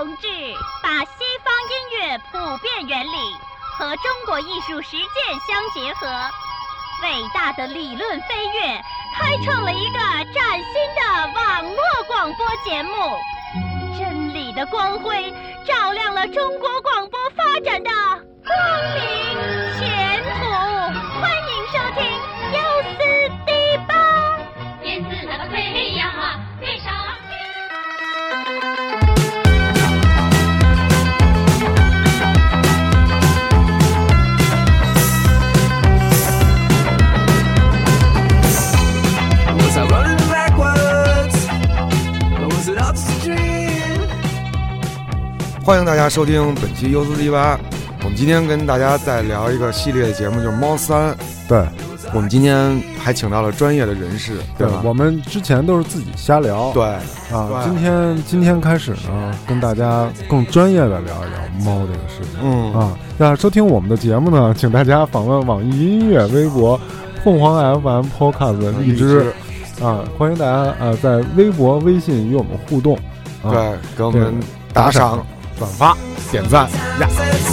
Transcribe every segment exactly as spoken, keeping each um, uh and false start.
志，把西方音乐普遍原理和中国艺术实践相结合，伟大的理论飞跃，开创了一个崭新的网络广播节目。真理的光辉照亮了中国广播发展的光明前途。欢迎收听优思迪吧。 叶子那个飞呀飞上欢迎大家收听本期优思迪吧。我们今天跟大家再聊一个系列的节目，就是猫三。 对， 我们今天还请到了专业的人士，对吧？ 我们之前都是自己瞎聊， 对啊，今天今天开始呢，跟大家更专业的聊一聊猫这个事情。嗯啊，那收听我们的节目呢，请大家访问网易音乐、微博、凤凰 F M、Podcast、荔枝啊，欢迎大家呃在微博、微信与我们互动，啊、 对，给我们打赏、转发、点赞呀。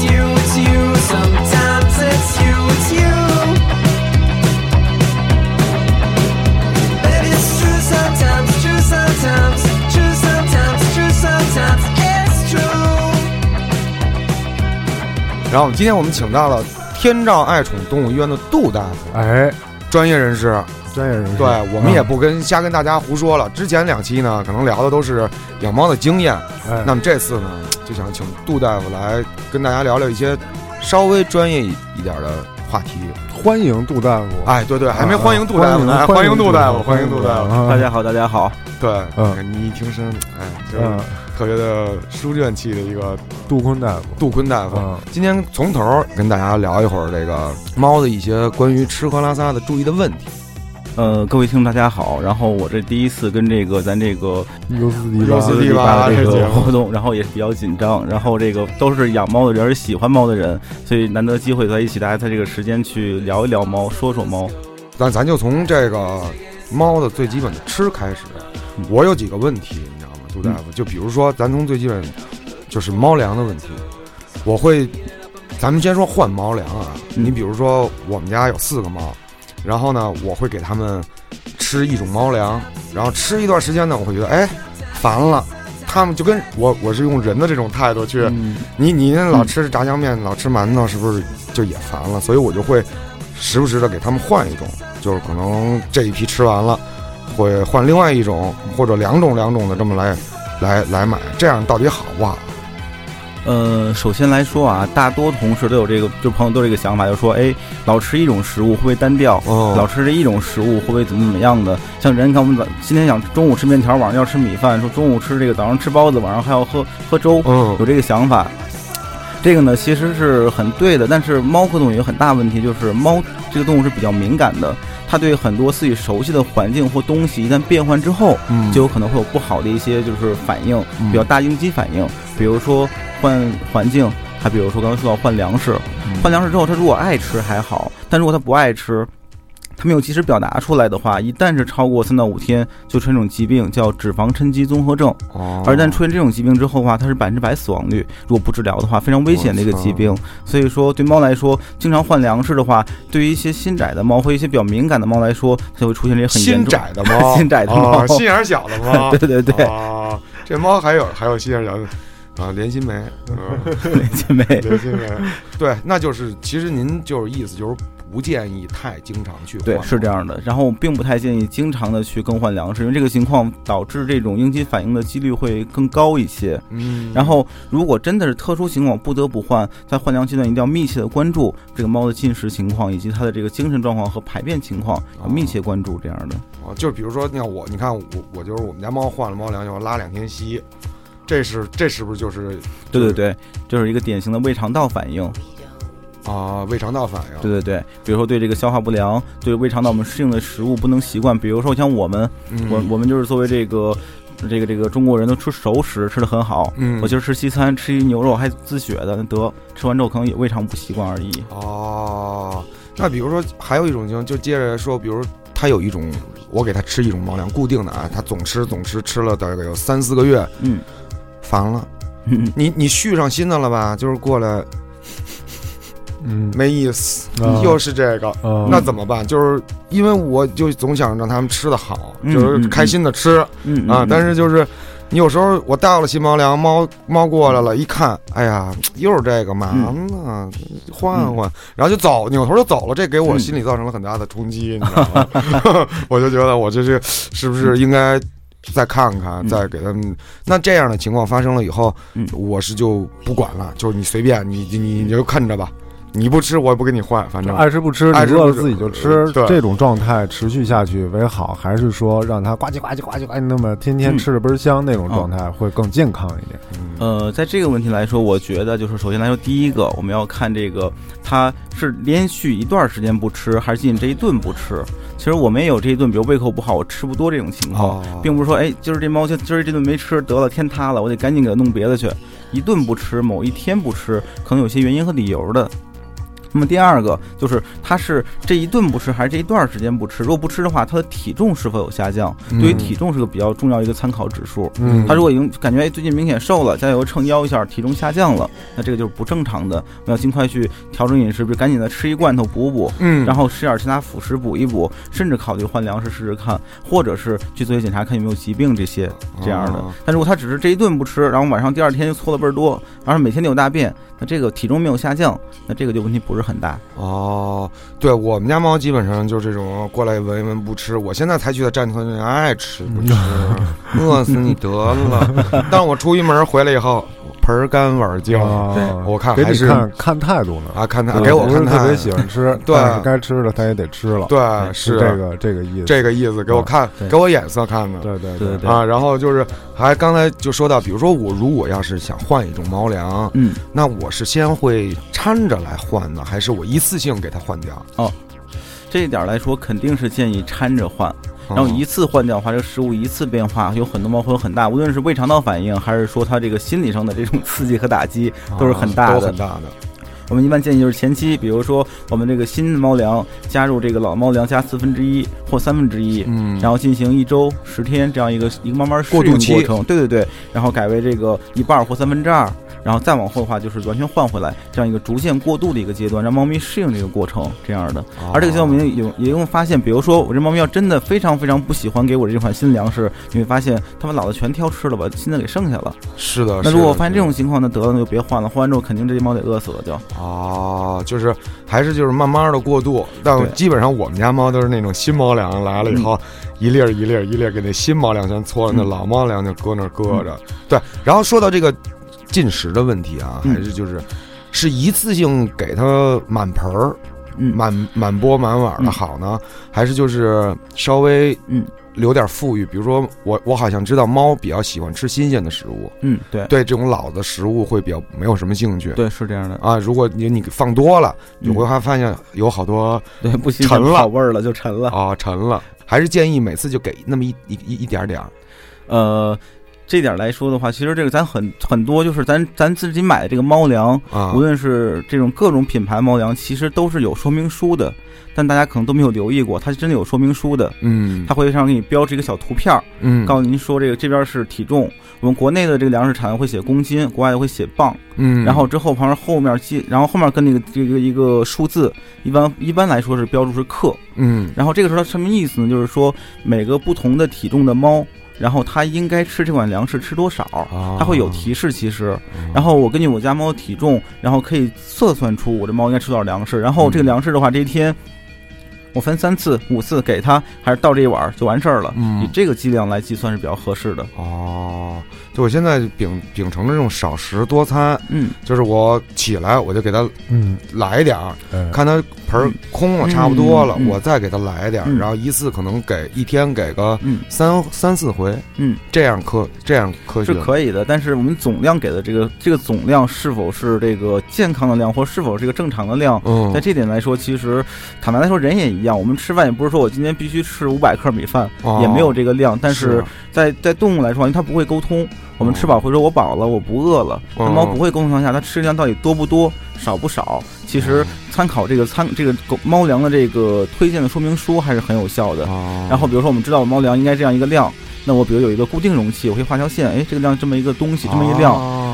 然后今天我们请到了天照爱宠动物医院的杜大夫， 哎， 专业人士， 专业人士。 对，我们也不跟、嗯、瞎跟大家胡说了。之前两期呢，可能聊的都是养猫的经验，哎，那么这次呢，就想请杜大夫来跟大家聊聊一些稍微专业一点的话题。 欢迎杜大夫， 哎，对对，还没欢迎杜大夫呢，欢迎杜大夫，欢迎杜大夫， 大家好，大家好。 对，嗯，你一听声，哎，就是特别的书卷气的一个杜坤大夫， 杜坤大夫。嗯、今天从头跟大家聊一会儿这个猫的一些关于吃喝拉撒的注意的问题。 呃，各位听众大家好，然后我这第一次跟这个咱这个优思迪优思迪吧这个活动，然后也是比较紧张，然后这个都是养猫的人，喜欢猫的人，所以难得机会在一起，大家在这个时间去聊一聊猫，说说猫。 那咱就从这个猫的最基本的吃开始。我有几个问题，你知道吗，杜大夫？就比如说，咱从最基本就是猫粮的问题，我会，咱们先说换猫粮啊。你比如说，我们家有四个猫，然后呢，我会给他们吃一种猫粮，然后吃一段时间呢，我会觉得哎烦了，他们就跟我我是用人的这种态度去，嗯、你你老吃炸酱面，嗯、老吃馒头，是不是就也烦了？所以我就会时不时的给他们换一种，就是可能这一批吃完了。会换另外一种或者两种两种的这么来来来买，这样到底好不好？ 呃，首先来说啊，大多同事都有这个，就朋友都有这个想法，就说，哎，老吃一种食物会不会单调？哦，老吃这一种食物会不会怎么怎么样的？像人，看我们早今天想中午吃面条，晚上要吃米饭，说中午吃这个，早上吃包子，晚上还要喝喝粥，嗯，有这个想法。这个呢，其实是很对的，但是猫科动物有很大问题，就是猫这个动物是比较敏感的。它对很多自己熟悉的环境或东西一旦变换之后，嗯，就有可能会有不好的一些就是反应，比较大应激反应，比如说换环境，还比如说刚才说到换粮食，换粮食之后，它如果爱吃还好，但如果它不爱吃，它没有及时表达出来的话，一旦是超过三到五天，就出现一种疾病叫脂肪沉积综合症。哦，而一旦出现这种疾病之后的话，它是百分之百死亡率，如果不治疗的话，非常危险的一个疾病。所以说，对猫来说，经常换粮食的话，对于一些心窄的猫和一些比较敏感的猫来说，它就会出现这些很严重。 心窄的猫， 心窄的猫， 哦、心眼小的猫。 对对对。 哦，这猫还有还有心眼小的。啊，连心梅， 嗯、连心梅， 连心梅，对，那就是其实您就是意思就是不建议太经常去换， 对，是这样的。然后我并不太建议经常的去更换粮食，因为这个情况导致这种应激反应的几率会更高一些。嗯，然后如果真的是特殊情况不得不换，在换粮阶段一定要密切的关注这个猫的进食情况以及它的这个精神状况和排便情况，要密切关注这样的。 哦，就是比如说，你看我，你看我，我就是我们家猫换了猫粮就要拉两天稀。这是这是不是就是？ 对对对，就是一个典型的胃肠道反应。 啊，胃肠道反应。 对对对，比如说对这个消化不良，对胃肠道我们适应的食物不能习惯，比如说像我们，嗯、我我们就是作为这个这个这个中国人都吃熟食吃得很好，嗯，我就是吃西餐，吃一牛肉还自血的，得吃完之后可能也胃肠不习惯而已。 哦，那比如说还有一种情况，就接着说，比如他有一种，我给他吃一种猫粮，固定的啊，他总吃总吃吃了大概有三四个月，嗯。烦了， 嗯、你你续上新的了吧？就是过来。 嗯， 没意思， 啊、 又是这个、 啊， 那怎么办？就是因为我就总想让他们吃得好， 嗯、 就是开心的吃， 嗯啊，嗯、但是就是你有时候我到了新猫粮，猫猫过来了，一看，哎呀，又是这个，嘛呢？嗯、换换，然后就走，扭头就走了，这给我心里造成了很大的冲击， 嗯、 你知道吗？我就觉得我这是是不是应该再看看， 嗯、 再给他们。那这样的情况发生了以后， 嗯、 我是就不管了，就是你随便，你你你就看着吧。你不吃我也不给你换，反正爱吃不吃， 爱吃你饿了自己就吃。 对， 这种状态持续下去为好，还是说让它呱唧呱唧呱唧呱唧那么天天吃的倍儿香、嗯、那种状态会更健康一点？ 嗯、呃，在这个问题来说，我觉得就是首先来说，第一个我们要看这个它是连续一段时间不吃，还是仅仅这一顿不吃。其实我们也有这一顿，比如胃口不好，我吃不多这种情况，哦、并不是说哎，今儿这猫就今儿这顿没吃，得了天塌了，我得赶紧给它弄别的去。一顿不吃，某一天不吃，可能有些原因和理由的。那么第二个就是它是这一顿不吃还是这一段时间不吃，如果不吃的话，它的体重是否有下降、嗯、对于体重是个比较重要一个参考指数。嗯，它如果已经感觉最近明显瘦了，再有个称腰一下体重下降了，那这个就是不正常的，我们要尽快去调整饮食，比如赶紧的吃一罐头补补，嗯，然后吃点其他辅食补一补，甚至考虑换粮食试试看，或者是去做些检查看有没有疾病这些这样的、哦、但如果它只是这一顿不吃，然后晚上第二天就搓的倍儿多，然后每天都有大便，那这个体重没有下降，那这个就问题不是很大。 哦，对，我们家猫基本上就是这种过来闻一闻不吃，我现在才去的站村，爱吃不吃，饿死你得了。但我出一门回来以后，盆干碗净、哦，我看还是看看态度呢啊，看态，给我看态， 特别喜欢吃， 对， 但是该吃的他也得吃了， 对， 是这个这个意思， 这个意思，给我看，给我眼色看的， 对对对对啊，然后就是还刚才就说到，比如说我如果要是想换一种猫粮，嗯，那我是先会掺着来换呢，还是我一次性给它换掉？ 哦，这一点来说肯定是建议掺着换。然后一次换掉的话，这个食物一次变化，有很多猫会有很大，无论是胃肠道反应，还是说它这个心理上的这种刺激和打击，都是很大的， 都很大的。 我们一般建议就是前期，比如说我们这个新的猫粮加入这个老猫粮加四分之一或三分之一，嗯，然后进行一周十天这样一个一个慢慢适应过程，对对对，然后改为这个一半或三分之二。然后再往后的话，就是完全换回来，这样一个逐渐过渡的一个阶段，让猫咪适应这个过程，这样的。而这个阶段我们有也会发现，比如说我这猫咪要真的非常非常不喜欢给我这款新粮食，你会发现它把老的全挑吃了，把新的给剩下了。 是的。 那如果我发现这种情况，那得了，那就别换了，换完之后肯定这些猫得饿死了就。 哦，就是还是就是慢慢的过渡，但基本上我们家猫都是那种新猫粮来了以后，嗯、一粒一粒一粒给那新猫粮先搓了，那老猫粮就搁那搁着。嗯、对，然后说到这个进食的问题啊，还是就是、嗯、是一次性给它满盆儿、嗯、满满钵满碗的好呢、嗯，还是就是稍微嗯留点富裕？比如说我我好像知道猫比较喜欢吃新鲜的食物， 嗯，对， 对这种老的食物会比较没有什么兴趣， 对，是这样的啊。如果你你放多了，你会发现有好多对不新沉了， 好味儿了就沉了啊，沉了。还是建议每次就给那么一一一一点点， 呃。这点来说的话，其实这个咱很很多就是咱咱自己买的这个猫粮、啊，无论是这种各种品牌猫粮，其实都是有说明书的，但大家可能都没有留意过，它是真的有说明书的。嗯，它会上给你标志一个小图片，嗯，告诉您说这个这边是体重，我们国内的这个粮食产会写公斤，国外的会写磅，嗯，然后之后旁边后面记，然后后面跟那个这个一个数字，一般一般来说是标注是克，嗯，然后这个时候它什么意思呢？就是说每个不同的体重的猫。然后它应该吃这款粮食吃多少，它会有提示其实。然后我根据我家猫的体重，然后可以测算出我这猫应该吃多少粮食。然后这个粮食的话，这一天我分三次、五次给它，还是到这一碗就完事儿了。嗯，以这个剂量来计算是比较合适的。 哦，就我现在秉秉承这种少食多餐，嗯，就是我起来我就给它嗯来一点儿、嗯，看它盆空了差不多了、嗯，我再给它来一点、嗯，然后一次可能给一天给个三、嗯、三四回，嗯，这样科这样科学是可以的。但是我们总量给的这个这个总量是否是这个健康的量，或是否是一个正常的量？嗯，在这点来说，其实坦白来说，人也一样，我们吃饭也不是说我今天必须吃五百克米饭、哦，也没有这个量。但是在在动物来说，因为它不会沟通。我们吃饱会说我饱了，我不饿了。那猫不会沟通下，它吃量到底多不多、少不少？其实参考这个参这个猫粮的这个推荐的说明书还是很有效的。然后比如说我们知道猫粮应该这样一个量，那我比如有一个固定容器，我可以画条线，哎，这个量这么一个东西，这么一量。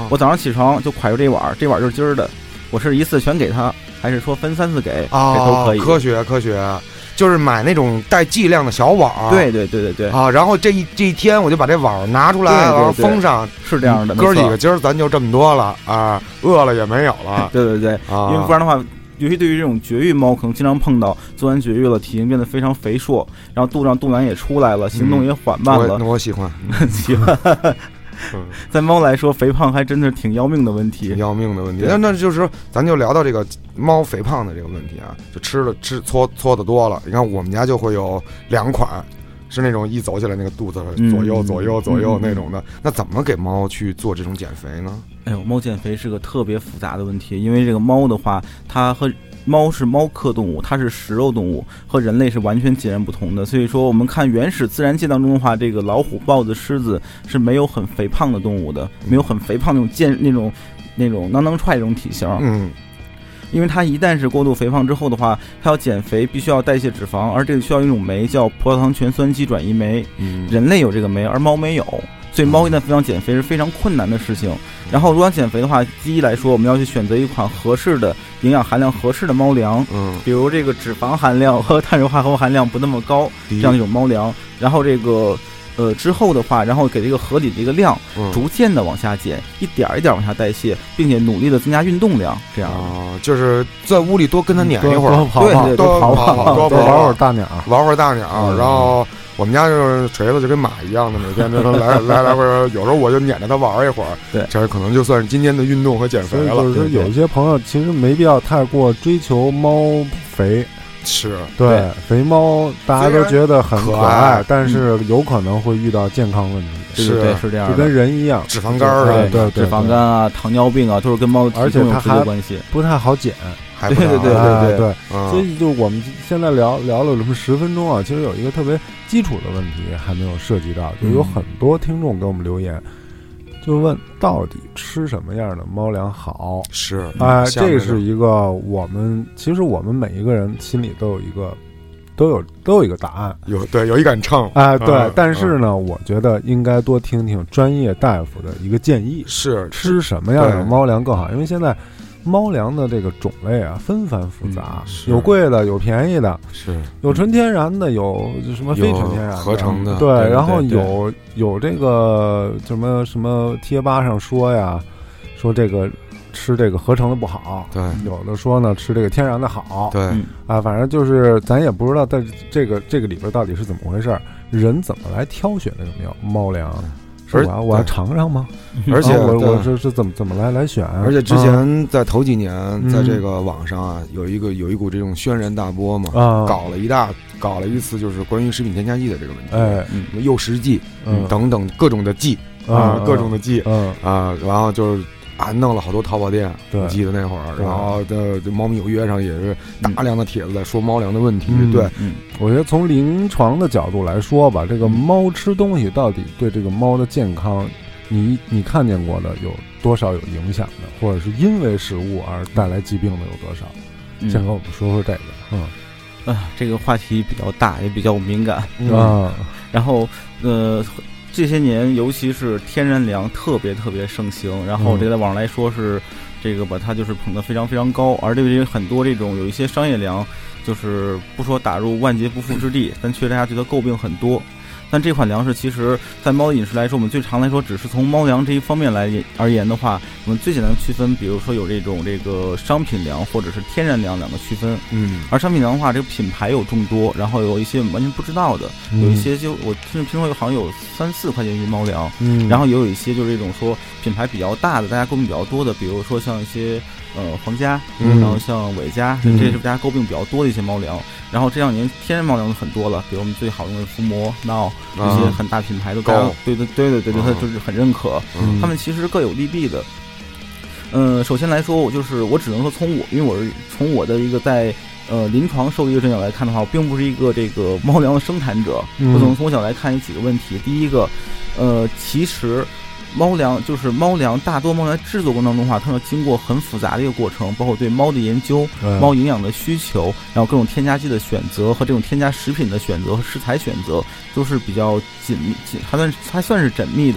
我早上起床就蒯出这碗，这碗就是今儿的，我是一次全给他，还是说分三次给， 哦、 这都可以。 科学科学，就是买那种带剂量的小碗。 对对对对对啊，然后这一这一天我就把这碗拿出来，然后封上， 是这样的。 哥几个今儿咱就这么多了啊，饿了也没有了。 对对对，啊、因为不然的话。尤其对于这种绝育猫，可能经常碰到做完绝育了，体型变得非常肥硕，然后肚子上肚腩也出来了，行动也缓慢了。 嗯、我, 我喜欢， 喜欢。在猫来说，肥胖还真的是挺要命的问题， 挺要命的问题。那那就是说，咱就聊到这个猫肥胖的这个问题啊，就吃了吃搓搓的多了。你看我们家就会有两款，是那种一走起来那个肚子左右、嗯、左右左右那种的。嗯、那怎么给猫去做这种减肥呢？ 哎呦，猫减肥是个特别复杂的问题，因为这个猫的话，它和猫是猫科动物，它是食肉动物，和人类是完全截然不同的。所以说，我们看原始自然界当中的话，这个老虎、豹子、狮子是没有很肥胖的动物的，没有很肥胖那种健那种那种囊囊踹这种体型。 嗯。 因为它一旦是过度肥胖之后的话，它要减肥必须要代谢脂肪，而这个需要一种酶叫葡萄糖醛酸基转移酶。 嗯， 人类有这个酶，而猫没有，所以猫一旦想减肥是非常困难的事情。然后如果减肥的话，第一来说，我们要去选择一款合适的营养含量合适的猫粮， 嗯， 比如这个脂肪含量和碳水化合物含量不那么高这样一种猫粮。然后这个。呃，之后的话，然后给这个合理的一个量， 嗯、 逐渐的往下减，一点一点往下代谢，并且努力的增加运动量，这样啊，就是在屋里多跟他撵一会儿， 多跑跑，对， 多跑跑，多玩会儿大鸟， 玩会儿大鸟。 嗯、 然后我们家就是锤子就跟马一样的，每天就来来来回，有时候我就撵着他玩一会儿。 对， 这可能就算是今天的运动和减肥了。 就是说，有一些朋友其实没必要太过追求猫肥。 是对, 对肥猫，大家都觉得很可爱，但是有可能会遇到健康问题。 是对，是这样的， 就跟人一样， 脂肪肝啊， 对对， 脂肪肝啊，糖尿病啊，都是跟猫的体重有直接关系， 不太好减。 对对对对对对，所以就我们现在聊聊了这么十分钟啊，其实有一个特别基础的问题还没有涉及到，就有很多听众给我们留言。就问到底吃什么样的猫粮好？ 是， 哎、呃，这是一个我们其实我们每一个人心里都有一个，都有都有一个答案， 有对有一杆秤， 哎、呃，对、嗯。但是呢、 嗯， 我觉得应该多听听专业大夫的一个建议， 是吃什么样的猫粮更好？因为现在猫粮的这个种类啊纷繁复杂， 嗯、 有贵的，有便宜的， 是有纯天然的，有什么非纯天然的合成的， 对， 对对对然后有有这个什么什么贴吧上说呀，说这个吃这个合成的不好， 对， 有的说呢吃这个天然的好， 对， 啊，反正就是咱也不知道在这个这个里边到底是怎么回事，人怎么来挑选这个猫猫粮？是我我要尝尝吗？ 而且我我是是怎么怎么来来选？ 而且之前在头几年，在这个网上啊，有一个有一股这种轩然大波嘛， 啊， 搞了一大搞了一次，就是关于食品添加剂的这个问题， 哎， 嗯，诱食剂， 嗯， 等等各种的剂啊，各种的剂， 嗯啊，然后就是。啊，弄了好多淘宝店，我记得那会儿，然后的猫咪有约上也是大量的帖子在说猫粮的问题。 嗯、 对， 嗯， 我觉得从临床的角度来说吧，这个猫吃东西到底对这个猫的健康，你你看见过的有多少有影响的，或者是因为食物而带来疾病的有多少？ 嗯、 先跟我们说说这个。嗯， 啊，这个话题比较大，也比较敏感啊、 嗯。 然后，呃。这些年，尤其是天然粮特别特别盛行，然后这个在网上来说是，这个把它就是捧得非常非常高，而对于很多这种有一些商业粮，就是不说打入万劫不复之地，但却大家觉得诟病很多。但这款粮食其实在猫的饮食来说，我们最常来说只是从猫粮这一方面来而言的话，我们最简单的区分，比如说有这种这个商品粮或者是天然粮两个区分。 嗯， 而商品粮的话，这个品牌有众多，然后有一些我们完全不知道的， 嗯、 有一些就我甚至听说好像有三四块钱一猫粮， 嗯， 然后也有一些就是这种说品牌比较大的，大家诟病比较多的，比如说像一些呃皇家， 嗯、 然后像伟嘉， 嗯、 这是大家诟病比较多的一些猫粮。然后这两年天然猫粮很多了，比如我们最好用的伏魔、闹这些很大品牌都高，对对对对对对，它就是很认可。 嗯、 他们其实各有利弊的。嗯、呃，首先来说，我就是我只能说从我，因为我是从我的一个在呃临床兽医的视角来看的话，我并不是一个这个猫粮的生产者， 嗯、 我从从小来看有几个问题。第一个，呃，其实。猫粮就是猫粮，大多猫粮制作过程当中的话，它要经过很复杂的一个过程，包括对猫的研究、 嗯、 猫营养的需求，然后各种添加剂的选择和这种添加食品的选择和食材选择，都是比较紧密，紧还算还算是缜密的。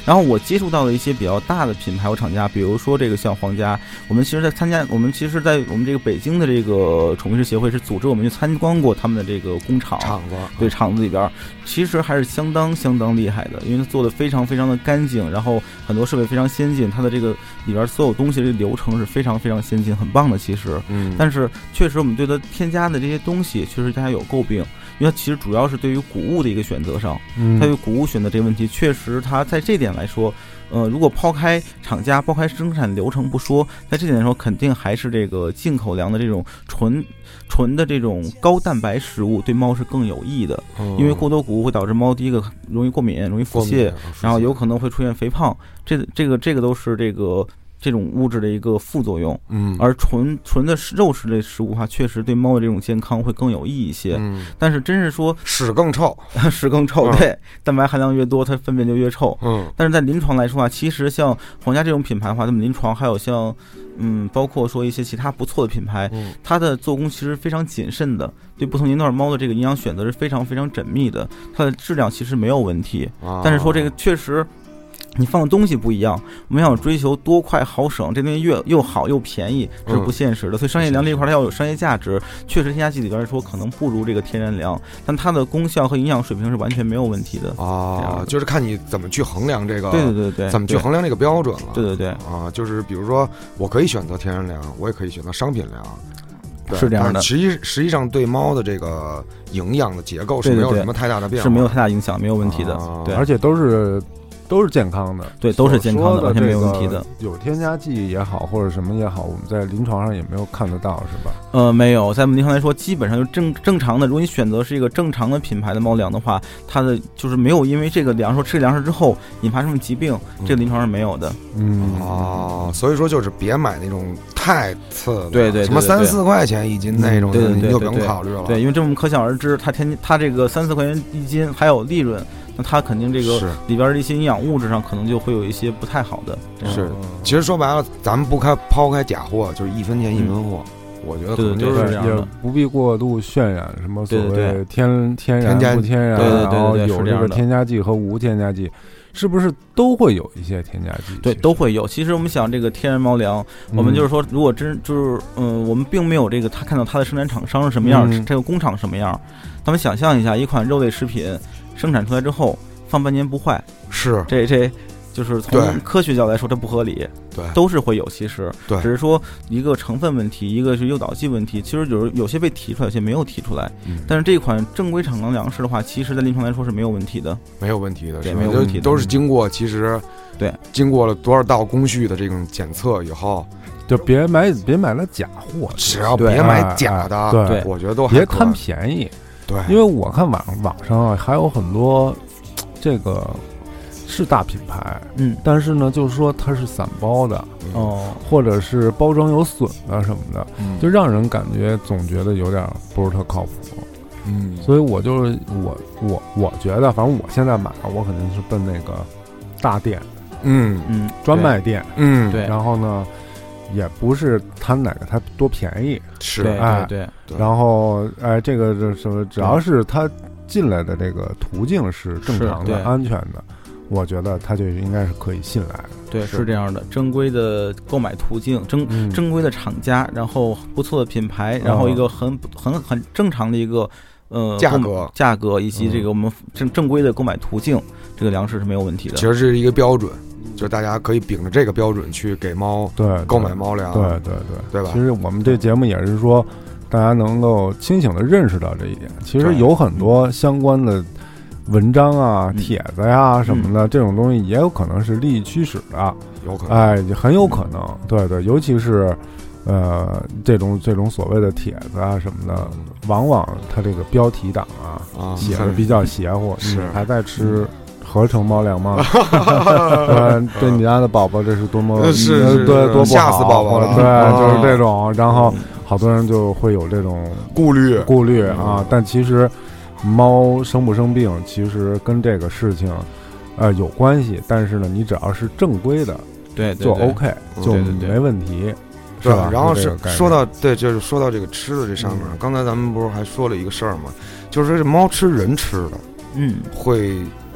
然后我接触到了一些比较大的品牌和厂家，比如说这个像皇家，我们其实在参加，我们其实在我们这个北京的这个宠物师协会是组织我们去参观过他们的这个工厂厂子， 对厂子里边，其实还是相当相当厉害的，因为它做的非常非常的干净，然后很多设备非常先进，它的这个里边所有东西的流程是非常非常先进，很棒的其实。 嗯， 但是确实我们对它添加的这些东西，确实大家有诟病，因为它其实主要是对于谷物的一个选择上， 嗯， 它对谷物选择这个问题，确实它在这点来说，呃，如果抛开厂家、抛开生产流程不说，在这点来说，肯定还是这个进口粮的这种纯纯的这种高蛋白食物对猫是更有益的， 嗯、 因为过多谷物会导致猫第一个容易过敏、容易腹泻，然后有可能会出现肥胖，这这个这个都是这个。这种物质的一个副作用， 嗯， 而纯纯的肉食类食物的话，确实对猫的这种健康会更有益一些。 嗯， 但是真是说屎更臭， 屎更臭，对，嗯、蛋白含量越多，它粪便就越臭。 嗯， 但是在临床来说啊，其实像皇家这种品牌的话，他们临床还有像，嗯，包括说一些其他不错的品牌， 嗯、 它的做工其实非常谨慎的，对不同年段猫的这个营养选择是非常非常缜密的，它的质量其实没有问题。 啊、 但是说这个确实。你放的东西不一样，我们要追求多快好省，这东西越又好又便宜是不现实的。嗯、所以商业粮这一块它要有商业价值，确实添加剂里边来说可能不如这个天然粮，但它的功效和营养水平是完全没有问题的啊。就是看你怎么去衡量这个， 对对对对， 怎么去衡量这个标准了。 对对对啊，就是比如说我可以选择天然粮，我也可以选择商品粮。 是这样的， 实际实际上对猫的这个营养的结构是没有什么太大的变化， 是没有太大影响，没有问题的。 啊、 对， 而且都是。都是健康的， 对，都是健康的，完全没有问题的。有添加剂也好，或者什么也好，我们在临床上也没有看得到，是吧？ 呃，没有，在我们临床来说，基本上就正正常的。如果你选择是一个正常的品牌的猫粮的话，它的就是没有因为这个粮说吃粮食之后引发什么疾病， 嗯、 这个临床是没有的。 嗯哦，所以说就是别买那种太次的， 对 对, 对, 对， 什么三四块钱一斤那种的，你就不用考虑了。 对，因为这么可想而知，它天它这个三四块钱一斤还有利润。那它肯定这个里边的一些营养物质上可能就会有一些不太好的。 是，其实说白了，咱们不开抛开假货，就是一分钱一分货。嗯、我觉得可能就是这样的， 也不必过度渲染什么所谓天天然不天然， 对对对对对， 然后有这个添加剂和无添加剂。是不是都会有一些添加剂？ 对，都会有。其实我们想这个天然猫粮， 嗯、 我们就是说，如果真就是嗯，我们并没有这个他看到它的生产厂商是什么样， 嗯、 这个工厂什么样。咱们想象一下，一款肉类食品生产出来之后。放半年不坏， 是这这，就是从科学角度来说，这不合理。 对， 都是会有，其实对， 只是说一个成分问题，一个是诱导剂问题。其实有有些被提出来，有些没有提出来。 嗯、 但是这款正规厂商粮食的话，其实在临床来说是没有问题的， 没有问题的， 对，没有问题的， 都是经过其实对经过了多少道工序的这种检测以后。 就别买别买了假货， 只要别买假的， 对， 对我觉得都还别贪便宜。 对， 因为我看网网上啊还有很多这个是大品牌， 嗯， 但是呢，就是说它是散包的哦， 或者是包装有损的什么的， 嗯， 就让人感觉总觉得有点不是特靠谱。 嗯， 所以我就是我我我觉得，反正我现在买，我肯定是奔那个大店， 嗯嗯， 专卖店， 嗯， 对， 然后呢。也不是贪哪个它多便宜， 是对哎对对， 然后哎这个这什么，只要是它进来的这个途径是正常的、安全的，我觉得它就应该是可以信赖的。 对，是这样的，正规的购买途径，正、嗯、正规的厂家，然后不错的品牌，然后一个很很很正常的一个呃价格价格以及这个我们正正规的购买途径，这个粮食是没有问题的。 其实是一个标准。就是大家可以秉着这个标准去给猫对购买猫粮， 对对对对吧？ 其实我们这节目也是说，大家能够清醒的认识到这一点。其实有很多相关的文章啊、帖子呀、啊、什么的，这种东西也有可能是利益驱使的， 有可能， 哎，很有可能。对对，尤其是呃这种这种所谓的帖子啊什么的，往往它这个标题党啊啊写的比较邪乎， 是还在吃。合成猫粮吗？对，对你家的宝宝这是多么是是对多不好， 吓死宝宝了。 对，就是这种，然后好多人就会有这种顾虑顾虑啊。但其实猫生不生病，其实跟这个事情呃有关系。但是呢，你只要是正规的， 对， 就 OK，就没问题。是吧？ 然后是说到对，就是说到这个吃的这上面，刚才咱们不是还说了一个事儿吗？就是这猫吃人吃的， 嗯， 会。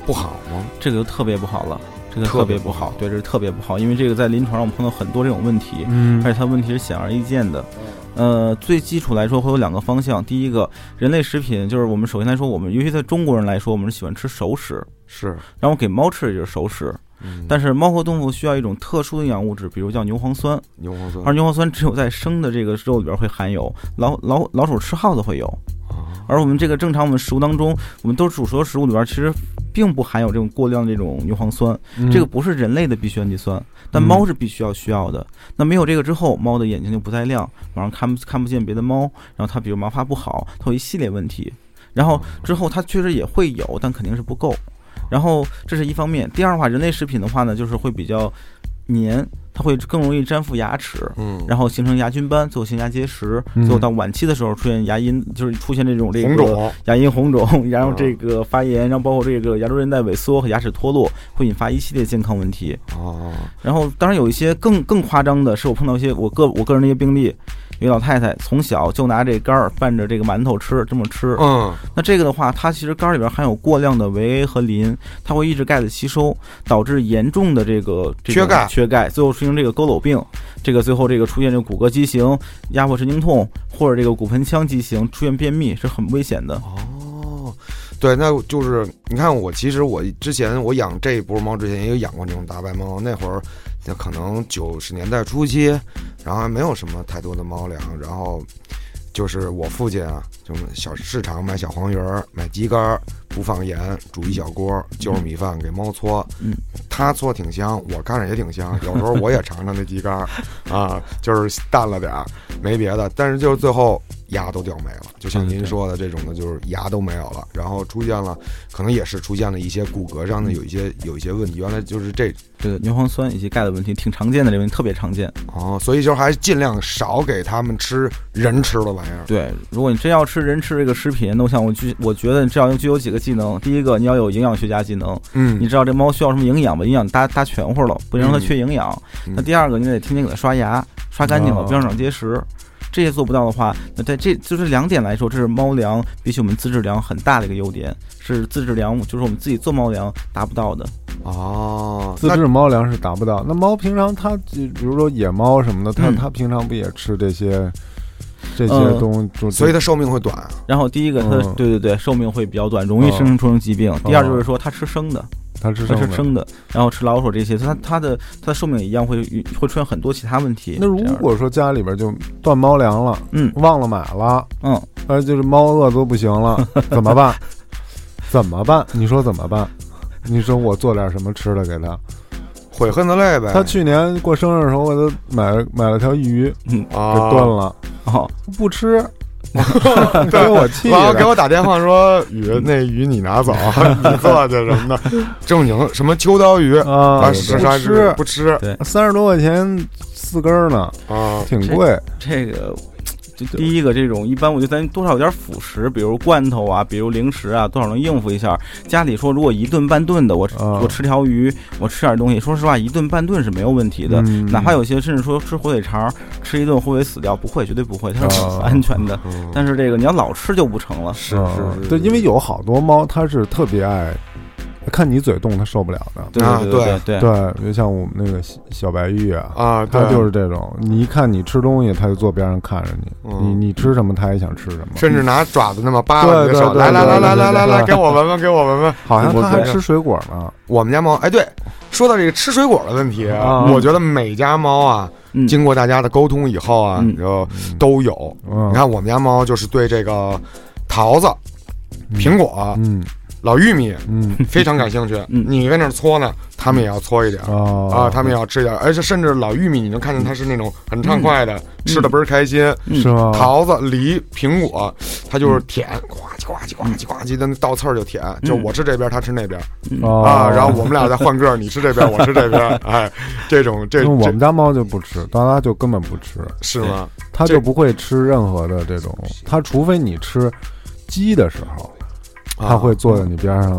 不好吗？ 这个就特别不好了。这个特别不好，对，这是特别不好，因为这个在临床上我们碰到很多这种问题，嗯，而且它问题是显而易见的。呃，最基础来说会有两个方向，第一个，人类食品就是我们首先来说，我们尤其在中国人来说，我们是喜欢吃熟食， 是， 然后给猫吃也就是熟食，嗯，但是猫和动物需要一种特殊的营养物质，比如叫牛磺酸， 牛磺酸， 而牛磺酸只有在生的这个肉里边会含有，老老老鼠吃耗子会有。而我们这个正常我们食物当中，我们都煮熟的食物里边其实并不含有这种过量的这种牛磺酸，嗯，这个不是人类的必需氨基酸，但猫是必须要需要的。嗯，那没有这个之后，猫的眼睛就不再亮，晚上看不看不见别的猫，然后它比如毛发不好，它有一系列问题。然后之后它确实也会有，但肯定是不够。然后这是一方面。第二的话，人类食品的话呢，就是会比较黏，它会更容易粘附牙齿，嗯，然后形成牙菌斑，最后形牙结石，最后到晚期的时候出现牙龈，就是出现这种这个牙龈红肿，然后这个发炎，然后包括这个牙周韧带萎缩和牙齿脱落，会引发一系列健康问题。哦，然后当然有一些更更夸张的是，我碰到一些我个我个人的一些病例。一个老太太从小就拿这肝儿拌着这个馒头吃，这么吃，嗯，那这个的话，它其实肝里边含有过量的维 A 和磷，它会抑制钙的吸收，导致严重的这个、这个、 缺钙， 缺钙，最后出现这个佝偻病，这个最后这个出现这个骨骼畸形、压迫神经痛，或者这个骨盆腔畸形，出现便秘是很危险的。 哦，对，那就是你看我，其实我之前我养这波猫之前也有养过这种大白猫，那会儿就可能九十年代初期。然后还没有什么太多的猫粮，然后就是我父亲啊，就小市场买小黄鱼儿，买鸡肝，不放盐，煮一小锅，就是米饭给猫搓，嗯，他搓挺香，我看着也挺香，有时候我也尝尝那鸡肝，啊，就是淡了点儿，没别的，但是就是最后牙都掉没了，就像您说的这种的，就是牙都没有了，然后出现了，可能也是出现了一些骨骼上的有一些有一些问题，原来就是这对牛磺酸以及钙的问题挺常见的，这问题特别常见哦，所以就还尽量少给他们吃人吃的玩意儿。 对，如果你真要吃人吃这个食品，那我想我具我觉得你至少具有几个技能，第一个你要有营养学家技能，嗯，你知道这猫需要什么营养吧，营养搭搭全乎了，不能让它缺营养。嗯、那第二个你得天天给它刷牙，刷干净了，不要长结石。哦，这些做不到的话，那在这就是两点来说，这是猫粮比起我们自制粮很大的一个优点，是自制粮就是我们自己做猫粮达不到的。 哦，自制猫粮是达不到。那猫平常它，比如说野猫什么的，它、嗯、它平常不也吃这些这些东西、 嗯，所以它寿命会短。 然后第一个它，嗯、对对对，寿命会比较短，容易生出疾病。嗯、第二就是说它吃生的。 它吃生的，吃生的，然后吃老鼠这些，它它的它的寿命也一样会会出现很多其他问题。 那如果说家里边就断猫粮了，嗯，忘了买了，嗯，呃，就是猫饿都不行了，怎么办？怎么办？你说怎么办？你说我做点什么吃的给他？ 悔恨的泪呗。 他去年过生日的时候，我都买了买了条鱼，嗯，给炖了，哦，不吃。给我气的，然后给我打电话说鱼那鱼你拿走，你做去什么的，正经什么秋刀鱼啊， 不吃不吃， 对， 三十多块钱四根呢，啊，挺贵。 这, 这个就第一个这种，一般我觉得咱多少有点辅食，比如罐头啊，比如零食啊，多少能应付一下。家里说如果一顿半顿的，我、啊、我吃条鱼，我吃点东西，说实话，一顿半顿是没有问题的。嗯、哪怕有些甚至说吃火腿肠，吃一顿会不会死掉？不会，绝对不会，它是很安全的。啊、但是这个你要老吃就不成了。 是是是， 对，因为有好多猫它是特别爱。看你嘴动，它受不了的。 对对对对，就像我们那个小白玉啊，啊，它就是这种。你一看你吃东西，它就坐边上看着你，嗯、你你吃什么，它也想吃什么， 甚至拿爪子那么扒拉你的手，来来来来来来来，给我闻闻，给我闻闻。 好像它还吃水果呢。 我们家猫，哎，对，说到这个吃水果的问题，啊、我觉得每家猫啊，嗯、经过大家的沟通以后啊，嗯、然后都有。嗯、你看我们家猫就是对这个桃子、苹果，嗯。老玉米，嗯，非常感兴趣。嗯，你在那搓呢，他们也要搓一点、哦、啊，他们也要吃一点。而且甚至老玉米，你能看见它是那种很畅快的，嗯、吃的倍儿开心。 是吗？ 桃子、梨、苹果，它就是舔，呱唧呱唧呱唧呱唧的，那倒刺儿就舔。嗯、就我吃这边，他吃那边，嗯、啊，然后我们俩再换个，你吃这边，我吃这边，哎，这种这我们家猫就不吃，大家就根本不吃， 是吗？ 它就不会吃任何的这种，它除非你吃鸡的时候。他会坐在你边上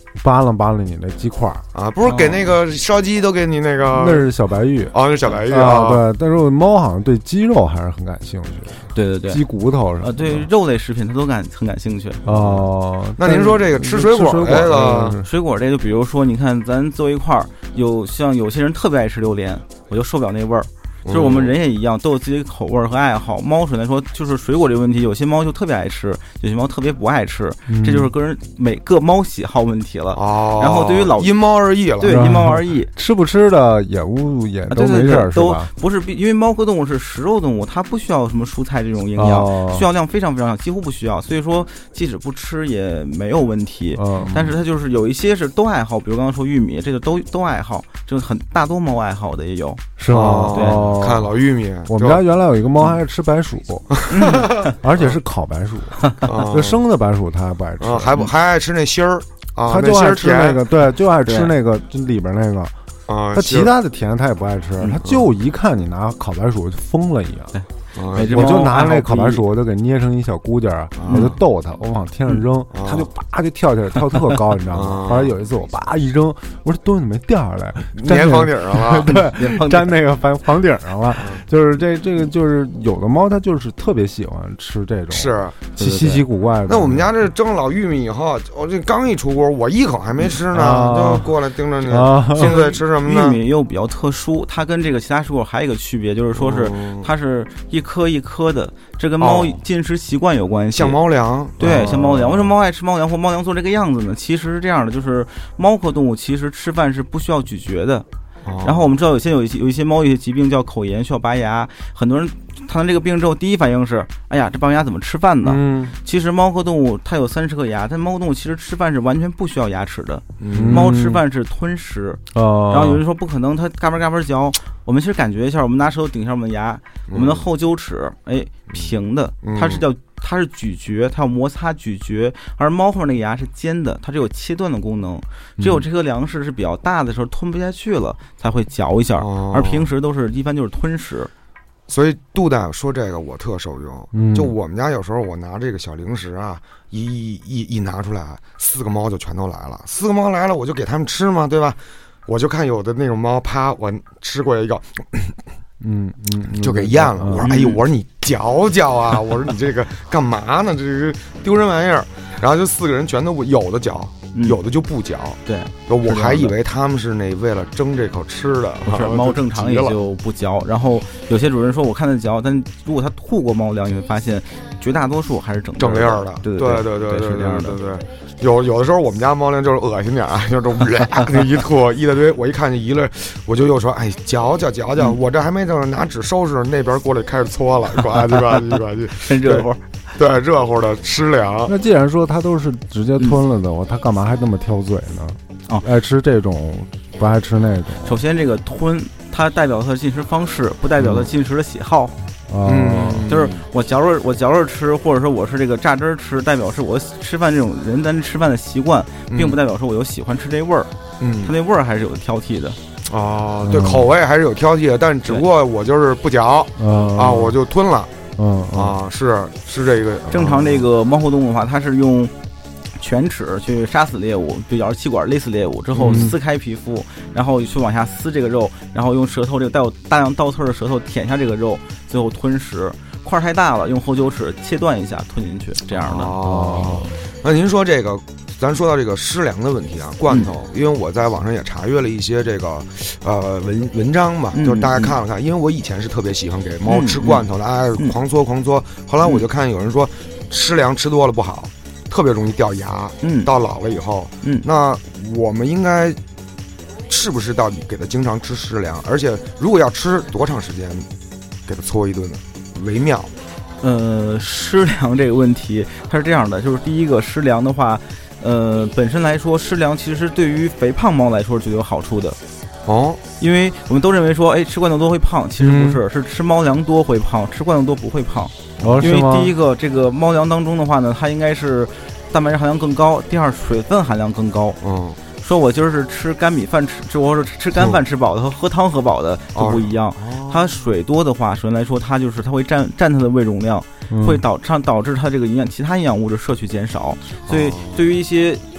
扒拉扒拉你那鸡块啊，不是给那个烧鸡都给你那个， 那是小白玉哦，那是小白玉啊，对。但是我猫好像对鸡肉还是很感兴趣的， 对对对， 鸡骨头什么啊，对肉类食品它都感很感兴趣哦。 那您说这个吃水果这个， 水果这就比如说，你看咱坐一块儿，有像有些人特别爱吃榴莲，我就受不了那味儿。就是我们人也一样，都有自己的口味和爱好。猫首先来说，就是水果这个问题，有些猫就特别爱吃，有些猫特别不爱吃， 嗯、 这就是个人每个猫喜好问题了。 哦， 然后对于老因猫而异了， 对，因猫而异， 吃不吃的也无也都没事、啊， 是吧？都不是，因为猫科动物是食肉动物，它不需要什么蔬菜这种营养， 哦、 需要量非常非常小，几乎不需要。所以说，即使不吃也没有问题。 嗯、 但是它就是有一些是都爱好，比如刚刚说玉米，这个都都爱好，就是很大多猫爱好的也有， 是吗？ 对， 哦、看老玉米。 我们家原来有一个猫，还是吃白薯，嗯、而且是烤白薯， 嗯、 就生的白薯它还不爱吃， 嗯、还不还爱吃那芯儿啊， 它就爱吃那个，对，就爱吃那个就里边那个。 啊， 它其他的甜它也不爱吃，它就一看你拿烤白薯疯了一样。我就拿那烤白薯，我就给捏成一小姑姐儿，我就逗它，我往天上扔，它就叭就跳起来，跳特高，你知道吗？后来有一次我叭一扔，我说东西怎么没掉下来？ 粘房顶上了， 对，粘那个房房顶上了。就是这这个就是有的猫它就是特别喜欢吃这种， 是稀稀奇古怪的。 那我们家这蒸老玉米以后，我这刚一出锅，我一口还没吃呢，就过来盯着你。现在吃什么呢？ 玉米又比较特殊，它跟这个其他水果还有一个区别，就是说是它是一颗一颗的，这跟猫进食习惯有关系。 像猫粮， 对，像猫粮。为什么猫爱吃猫粮或猫粮做这个样子呢？其实是这样的，就是猫科动物其实吃饭是不需要咀嚼的。然后我们知道有些有一些有一些猫有一些疾病叫口炎，需要拔牙。很多人谈到这个病之后，第一反应是：哎呀，这拔完牙怎么吃饭呢？ 嗯， 其实猫科动物它有三十颗牙，但猫科动物其实吃饭是完全不需要牙齿的。 嗯、 猫吃饭是吞食。 哦。 然后有人说不可能，它嘎嘣嘎嘣嚼。我们其实感觉一下，我们拿舌头顶一下我们的牙， 嗯、 我们的后臼齿，哎，平的，它是叫它是咀嚼，它要摩擦咀嚼，而猫后面那个牙是尖的，它只有切断的功能。只有这颗粮食是比较大的时候吞不下去了，才会嚼一下， 哦、 而平时都是一般就是吞食。 所以杜大夫说这个我特受用， 嗯、 就我们家有时候我拿这个小零食啊，一一一拿出来，四个猫就全都来了，四个猫来了我就给他们吃嘛，对吧？我就看有的那种猫，啪，我吃过一个， 嗯嗯， 就给咽了。我说，哎呦，我说你嚼嚼啊，我说你这个干嘛呢？这是丢人玩意儿。然后就四个人全都不，有的嚼，有的就不嚼。 对， 我还以为他们是那为了争这口吃的。 不是，猫正常也就不嚼。然后有些主人说，我看它嚼，但如果它吐过猫粮，你会发现绝大多数还是整整粒儿的。 对对对对对对对对对。有有的时候我们家猫粮就是恶心点啊，就是那一吐一大堆，我一看见一了，我就又说，哎，嚼嚼嚼嚼，我这还没等拿纸收拾，那边过来开始搓了，呱唧呱唧呱唧， 真热乎。 对，热乎的吃粮。 那既然说它都是直接吞了的，我、嗯、它干嘛还那么挑嘴呢？ 哦， 爱吃这种，不爱吃那种。 首先，这个吞它代表它的进食方式，不代表它进食的喜好。 嗯， 就是我嚼着我嚼着吃，或者说我是这个榨汁吃，代表是我吃饭这种人咱吃饭的习惯，并不代表说我有喜欢吃这味儿。 嗯， 它那味儿还是有挑剔的。 哦，对，口味还是有挑剔的，但只不过我就是不嚼，啊，我就吞了。 嗯啊，是是这个正常这个猫科动物的话，它是用犬齿去杀死猎物，对咬气管勒死猎物之后撕开皮肤，嗯、然后去往下撕这个肉，然后用舌头这个带有大量倒刺的舌头舔下这个肉，最后吞食。块太大了，用后臼齿切断一下吞进去，这样的。 哦，那您说这个。咱说到这个湿粮的问题啊，罐头，嗯、因为我在网上也查阅了一些这个，呃文文章吧， 嗯、 就是大概看了看，因为我以前是特别喜欢给猫吃罐头的，哎、嗯，狂搓狂搓。后来我就看有人说，湿粮吃多了不好，特别容易掉牙。 嗯， 到老了以后， 嗯， 那我们应该是不是到底给它经常吃湿粮？而且如果要吃多长时间，给它搓一顿呢？为妙。 呃，湿粮这个问题，它是这样的，就是第一个湿粮的话。呃，本身来说，湿粮其实对于肥胖猫来说是最有好处的哦， 因为我们都认为说，哎，吃罐头多会胖，其实不是，嗯、是吃猫粮多会胖，吃罐头多不会胖。 哦， 因为第一个，这个猫粮当中的话呢，它应该是蛋白质含量更高；第二，水分含量更高。 嗯， 说我今儿是吃干米饭吃，就我说吃干饭吃饱的和喝汤喝饱的都不一样。 哦、 它水多的话，首先来说，它就是它会占占它的胃容量。会导上导致它这个营养其他营养物质摄取减少，所以对于一些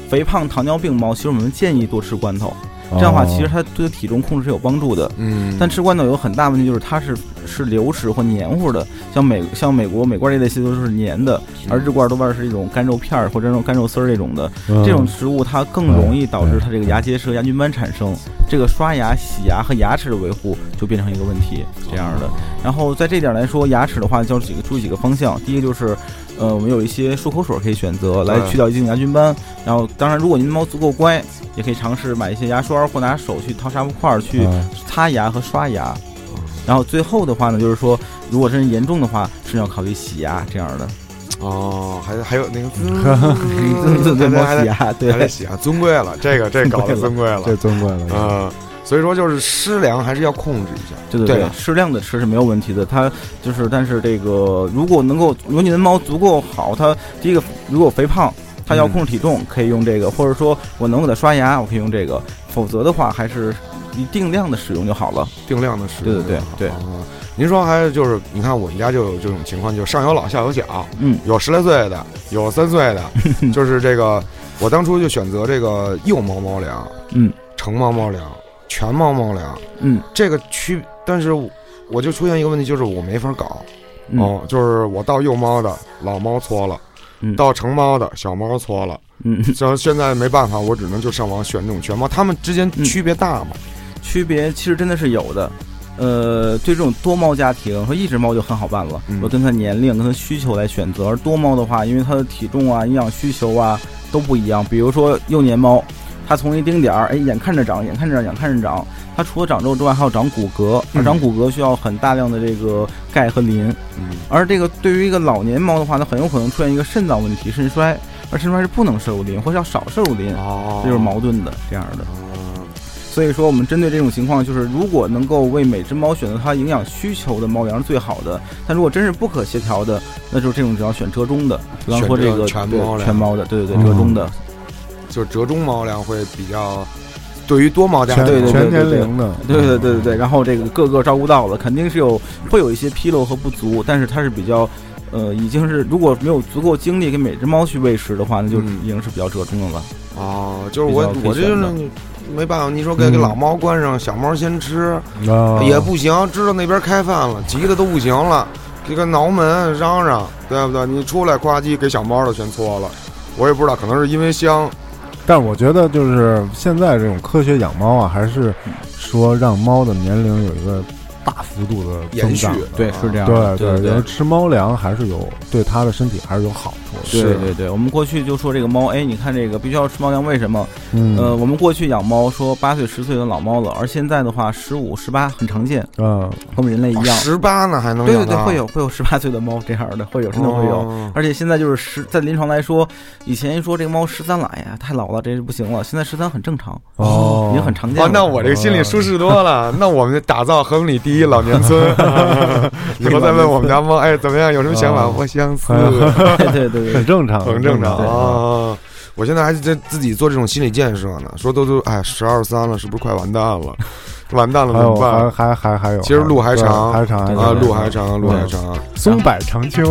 肥胖糖尿病猫，其实我们建议多吃罐头。这样的话，其实它对体重控制是有帮助的。嗯，但吃罐头有很大问题，就是它是是流食或黏糊的，像美像美国美罐这类系都是黏的，而日罐多半是一种干肉片或者这种干肉丝儿这种的。嗯、这种食物它更容易导致它这个牙结石、牙菌斑产生，这个刷牙、洗牙和牙齿的维护就变成一个问题。这样的，然后在这点来说，牙齿的话，就几个注意几个方向。第一个就是。呃，我们有一些漱口水可以选择来去掉一定牙菌斑，然后当然，如果您的猫足够乖，也可以尝试买一些牙刷或拿手去掏纱布块去擦牙和刷牙。然后最后的话呢，就是说，如果真是严重的话，是要考虑洗牙这样的。 哦，还还有那个对对猫洗牙，对， 还得洗牙，尊贵了，这个这搞得尊贵了， 这尊贵了， 嗯。所以说，就是湿粮还是要控制一下。 对对对，适量的吃是没有问题的。它就是，但是这个如果能够，如果你的猫足够好，它第一个如果肥胖，它要控制体重，嗯、可以用这个；或者说我能给它刷牙，我可以用这个。否则的话，还是一定量的使用就好了。 定量的使用。 对对对对。 嗯、您说还是就是，你看我们家就有这种情况，就上有老下有小，嗯，有十来岁的，有三岁的，就是这个，我当初就选择这个幼猫猫粮，嗯，成猫猫粮。全猫猫粮，嗯，这个区，但是我就出现一个问题，就是我没法搞，嗯、哦，就是我到幼猫的老猫搓了，嗯，到成猫的小猫搓了，嗯，这现在没办法，我只能就上网选这种全猫，它们之间区别大吗？嗯、 区别其实真的是有的，呃，对这种多猫家庭和一只猫就很好办了，嗯、我跟它年龄、跟它需求来选择，而多猫的话，因为它的体重啊、营养需求啊都不一样，比如说幼年猫。它从一丁点儿，哎，眼看着长，眼看着长，眼看着长。它除了长肉之外，还要长骨骼，而长骨骼需要很大量的这个钙和磷。嗯，而这个对于一个老年猫的话，它很有可能出现一个肾脏问题，肾衰，而肾衰是不能摄入磷，或者要少摄入磷，哦，这就是矛盾的这样的。哦，所以说，我们针对这种情况，就是如果能够为每只猫选择它营养需求的猫粮是最好的。但如果真是不可协调的，那就是这种只要选折中的，比方说这个全猫全猫的，对对对，折中的。 就是折中猫粮会比较，对于多猫家对对全年龄的， 对对对对对，然后这个各个照顾到了，肯定是有会有一些纰漏和不足，但是它是比较，呃，已经是如果没有足够精力给每只猫去喂食的话，那就已经是比较折中的了。 嗯、哦，就是我我这就是没办法，你说给给老猫关上，嗯、小猫先吃、哦、也不行，知道那边开饭了，急的都不行了，这个挠门嚷嚷，对不对？你出来呱唧给小猫的全搓了，我也不知道，可能是因为香。 但我觉得就是现在这种科学养猫啊，还是说让猫的年龄有一个大幅度的增长， 对，是这样的，对对，因为吃猫粮还是有对它的身体还是有好处的。对对对，我们过去就说这个猫，哎，你看这个必须要吃猫粮，为什么？嗯，呃，我们过去养猫说八岁十岁的老猫了，而现在的话十五十八很常见，嗯，和我们人类一样， 十八呢还能对对对，会有会有十八岁的猫这样的，会有真的会有，哦、而且现在就是十在临床来说，以前一说这个猫十三了，哎呀太老了，这是不行了，现在十三很正常哦，已经很常见了。 哦，那我这个心里舒适多了，哦、那我们打造恒里第一老年村。以后再问我们家猫，哎，怎么样？有什么想法？我相似， 对对对， 很正常， 很正常啊！我现在还在自己做这种心理建设呢，说都都哎，十二三了，是不是快完蛋了？完蛋了怎么办？ 还还还有， 其实路还长， 还长啊，路还长，路还长， 松柏长青。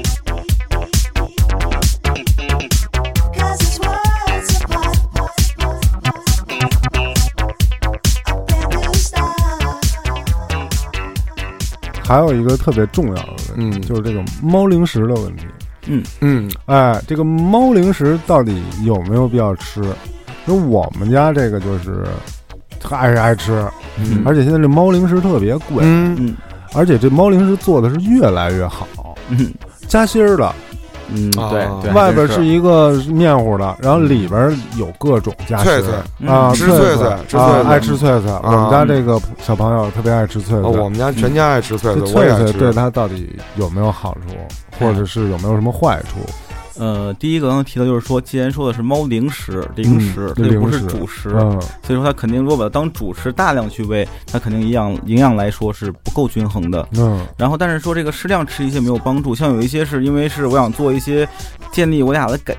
还有一个特别重要的问题，嗯，就是这个猫零食的问题。嗯嗯，哎，这个猫零食到底有没有必要吃？因为我们家这个就是还是爱吃，嗯，而且现在这猫零食特别贵，嗯嗯，而且这猫零食做的是越来越好，嗯，夹心儿的。 嗯，对对， 外边是一个面糊的，然后里边有各种夹心啊， 吃脆脆，吃脆爱吃脆脆。我们家这个小朋友特别爱吃脆脆， 我们家全家爱吃脆脆。 脆脆对它到底有没有好处，或者是有没有什么坏处？ 呃，第一个刚刚提到就是说，既然说的是猫零食，零食它就不是主食，嗯、所以说它肯定如果把它当主食大量去喂，它肯定营养营养来说是不够均衡的。嗯，然后但是说这个适量吃一些没有帮助，像有一些是因为是我想做一些建立我俩的感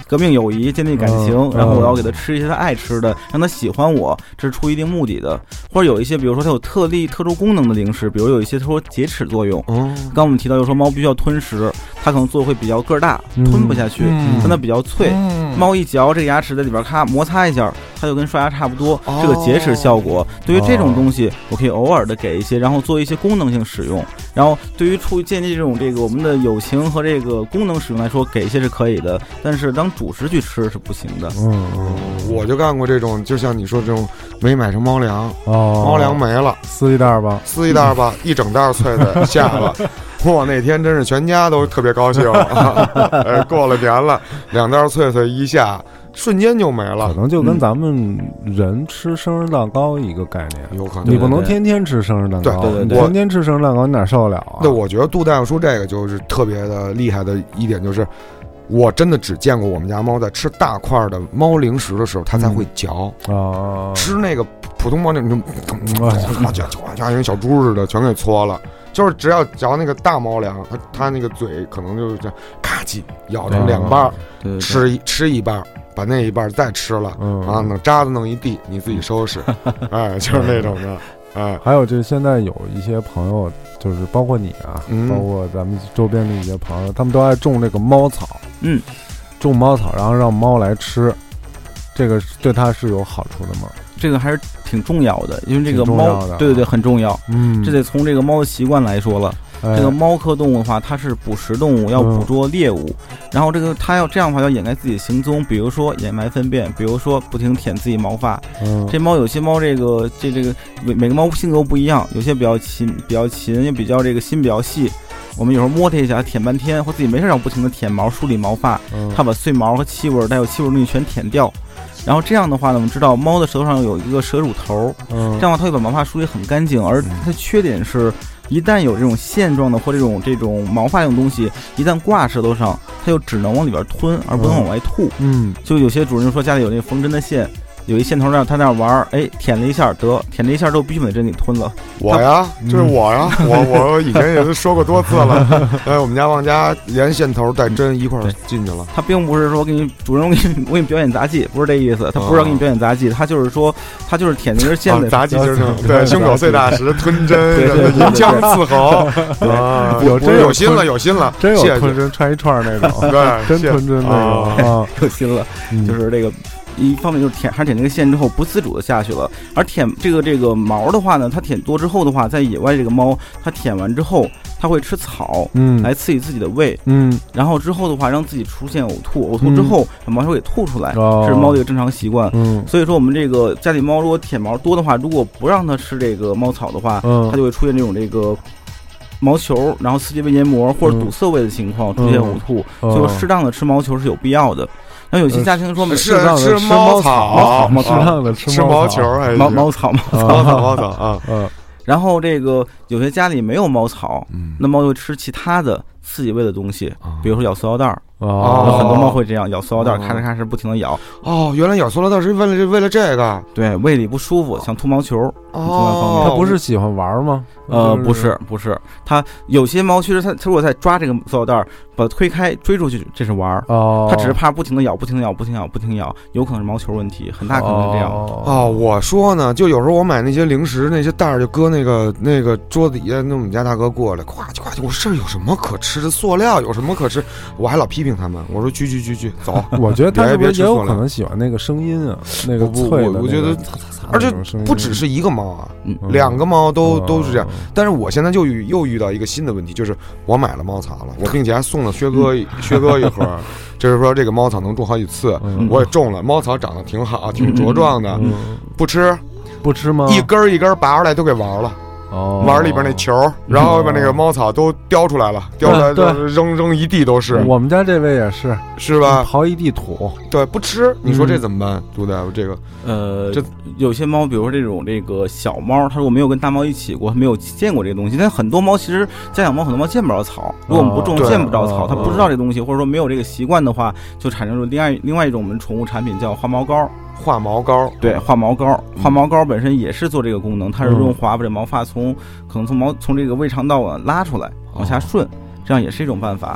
革命友谊，建立感情， 嗯、 然后我要给它吃一些它爱吃的，让它喜欢我，这是出于一定目的的。或者有一些，比如说它有特例特殊功能的零食，比如有一些它说洁齿作用。嗯，刚我们提到，有时候猫必须要吞食，它可能做的会比较个儿大， 嗯、 吞不下去， 嗯、 但它比较脆。 嗯、 猫一嚼，这个牙齿在里边咔摩擦一下，它就跟刷牙差不多， 哦、 这个洁齿效果。对于这种东西，我可以偶尔的给一些，然后做一些功能性使用。然后对于出建立这种这个我们的友情和这个功能使用来说，给一些是可以的，但是当主食去吃是不行的。 嗯嗯， 我就干过这种，就像你说这种没买成猫粮， 哦， 猫粮没了， 撕一袋吧， 撕一袋吧，一整袋脆的下了。哇，那天真是全家都特别高兴。哎，过了年了，两袋脆脆一下，瞬间就没了。 可能就跟咱们人吃生日蛋糕一个概念， 有可能。 你不能天天吃生日蛋糕， 对对对， 天天吃生日蛋糕你哪受得了啊？ 对，我觉得杜大夫说这个就是特别的厉害的一点，就是我真的只见过我们家猫在吃大块的猫零食的时候，它才会嚼啊、 嗯， 吃那个普通猫那种，嚼嚼嚼，跟小猪似的，全给搓了。就是只要嚼那个大猫粮，它它那个嘴可能就是这样咔叽咬成两半， 对对对， 吃一吃一半，把那一半再吃了， 嗯、 啊，弄渣子弄一地，你自己收拾，哎，就是那种的，哎。 还有这现在有一些朋友，就是包括你啊， 嗯、 包括咱们周边的一些朋友，他们都爱种这个猫草， 嗯， 种猫草，然后让猫来吃，这个对它是有好处的吗？ 这个还是挺重要的，因为这个猫，对对对，很重要。 嗯， 这得从这个猫的习惯来说了。 哎、 这个猫科动物的话，它是捕食动物，要捕捉猎物，嗯、然后这个它要这样的话，要掩盖自己的行踪，比如说掩埋粪便，比如说不停舔自己毛发。 嗯， 这猫有些猫这个这这个每每个猫性格不一样，有些比较勤，比较勤，也比较这个心比较细。我们有时候摸它一下，舔半天，或自己没事要不停的舔毛、梳理毛发， 嗯、 它把碎毛和气味带有气味的东西全舔掉。然后这样的话呢，我们知道猫的舌头上有一个舌乳头， 嗯， 这样的话它会把毛发梳理很干净。而它的缺点是，一旦有这种线状的或这种这种毛发这种东西，一旦挂舌头上，它就只能往里边吞，而不能往外吐。 嗯， 就有些主人就说家里有那个缝针的线。有一线头让他那玩，哎，舔了一下得，舔了一下之后必须把针给吞了。 我呀，就是我呀，嗯、我我以前也是说过多次了。哎，我们家旺家连线头带针一块儿进去了。 他并不是说给你主人我给你我给你表演杂技，不是这意思。他不是要给你表演杂技，他就是说他就是舔那根线的、 哦、杂技就是对胸口碎大石吞针，银枪刺喉啊， 有真有心了，有心了， 真有吞针穿一串那种， 对， 真吞针那种啊， 有心了，就是这个。一方面就是舔，还是舔那个线之后不自主的下去了，而舔这个这个毛的话呢，它舔多之后的话，在野外这个猫，它舔完之后，它会吃草， 嗯， 来刺激自己的胃， 嗯， 然后之后的话，让自己出现呕吐，呕吐之后把毛球给吐出来， 哦、 这是猫的一个正常习惯。 嗯， 所以说我们这个家里猫如果舔毛多的话，如果不让它吃这个猫草的话， 嗯， 它就会出现这种这个。毛球，然后刺激胃黏膜或者堵塞胃的情况， 嗯、 出现呕吐， 嗯、 所以适当的吃毛球是有必要的。然后有些家庭说， 适当的吃猫草， 猫适当的吃毛球，还是猫猫草，猫草， 猫草，猫草啊。 嗯。 然后这个有些家里没有猫草， 嗯、 那猫就吃其他的刺激胃的东西， 嗯、 比如说咬塑料袋儿。 哦， 有很多猫会这样咬塑料袋，咔哧咔哧不停的咬。 哦，原来咬塑料袋是为了为了这个， 对，胃里不舒服，想吐毛球。 哦， 它不是喜欢玩吗？ 呃，不是，不是，它有些猫其实它它如果在抓这个塑料袋，把它推开追出去，这是玩。 哦， 它只是怕不停的咬，不停的咬，不停咬，不停咬，有可能是毛球问题，很大可能是这样。 哦，我说呢，就有时候我买那些零食，那些袋儿就搁那个那个桌子底下，那我们家大哥过来，咵叽咵叽，我说这有什么可吃的？塑料有什么可吃？我还老批评他们，我说去去去去走。 我觉得他是不是也有可能喜欢那个声音啊？那个脆的， 我觉得，而且不只是一个猫啊， 嗯、 两个猫都、嗯、都是这样。但是我现在就遇又遇到一个新的问题，就是我买了猫草了，我并且还送了薛哥、嗯、薛哥一盒，就是说这个猫草能种好几次， 嗯、 我也种了，猫草长得挺好，挺茁壮的， 嗯、 不吃， 不吃吗？ 一根一根拔出来都给玩了。 哦， 玩里边那球，然后把那个猫草都叼出来了，叼出来就扔扔一地都是。 我们家这位也是， 是吧？ 刨一地土， 对，不吃。你说这怎么办，杜大夫？这个， 呃，这有些猫，比如说这种这个小猫，它如果没有跟大猫一起过，没有见过这个东西。但很多猫其实家养猫，很多猫见不着草，如果我们不种，见不着草，它不知道这东西，或者说没有这个习惯的话，就产生了另外另外一种我们宠物产品叫化毛膏。 化毛膏， 对，化毛膏，化毛膏本身也是做这个功能，它是润滑，把这毛发从可能从毛从这个胃肠道啊拉出来，往下顺，这样也是一种办法。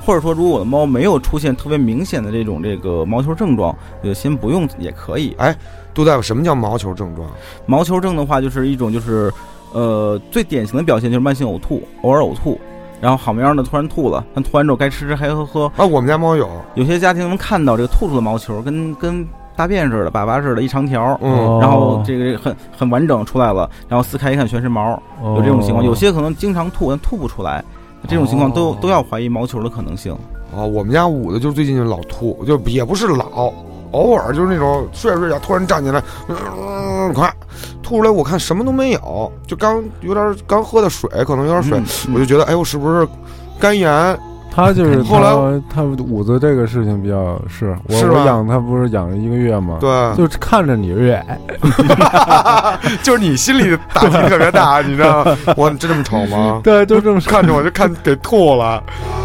或者说如果我的猫没有出现特别明显的这种这个毛球症状，就先不用也可以。 哎，杜大夫，什么叫毛球症状？ 毛球症的话，就是一种就是呃最典型的表现就是慢性呕吐，偶尔呕吐。然后好模样的突然吐了，但吐完之后该吃吃还喝喝。 啊，我们家猫有， 有些家庭能看到这个吐出的毛球，跟跟大便似的、粑粑似的，一长条， 嗯， 然后这个很很完整出来了，然后撕开一看全是毛，有这种情况。有些可能经常吐但吐不出来，这种情况都、哦、都要怀疑毛球的可能性。 哦，我们家五的就最近就老吐，就也不是老，偶尔就是那种睡着睡着突然站起来，嗯，快吐出来，我看什么都没有，就刚有点刚喝的水，可能有点水，嗯、我就觉得哎呦是不是肝炎？ 他就是后来他五子这个事情比较是我是我养他不是养了一个月吗？ 对， 就是看着你越矮， 就是你心里打击特别大，你知道吗？我真这么丑吗？ 对，就这么看着我就看给吐了。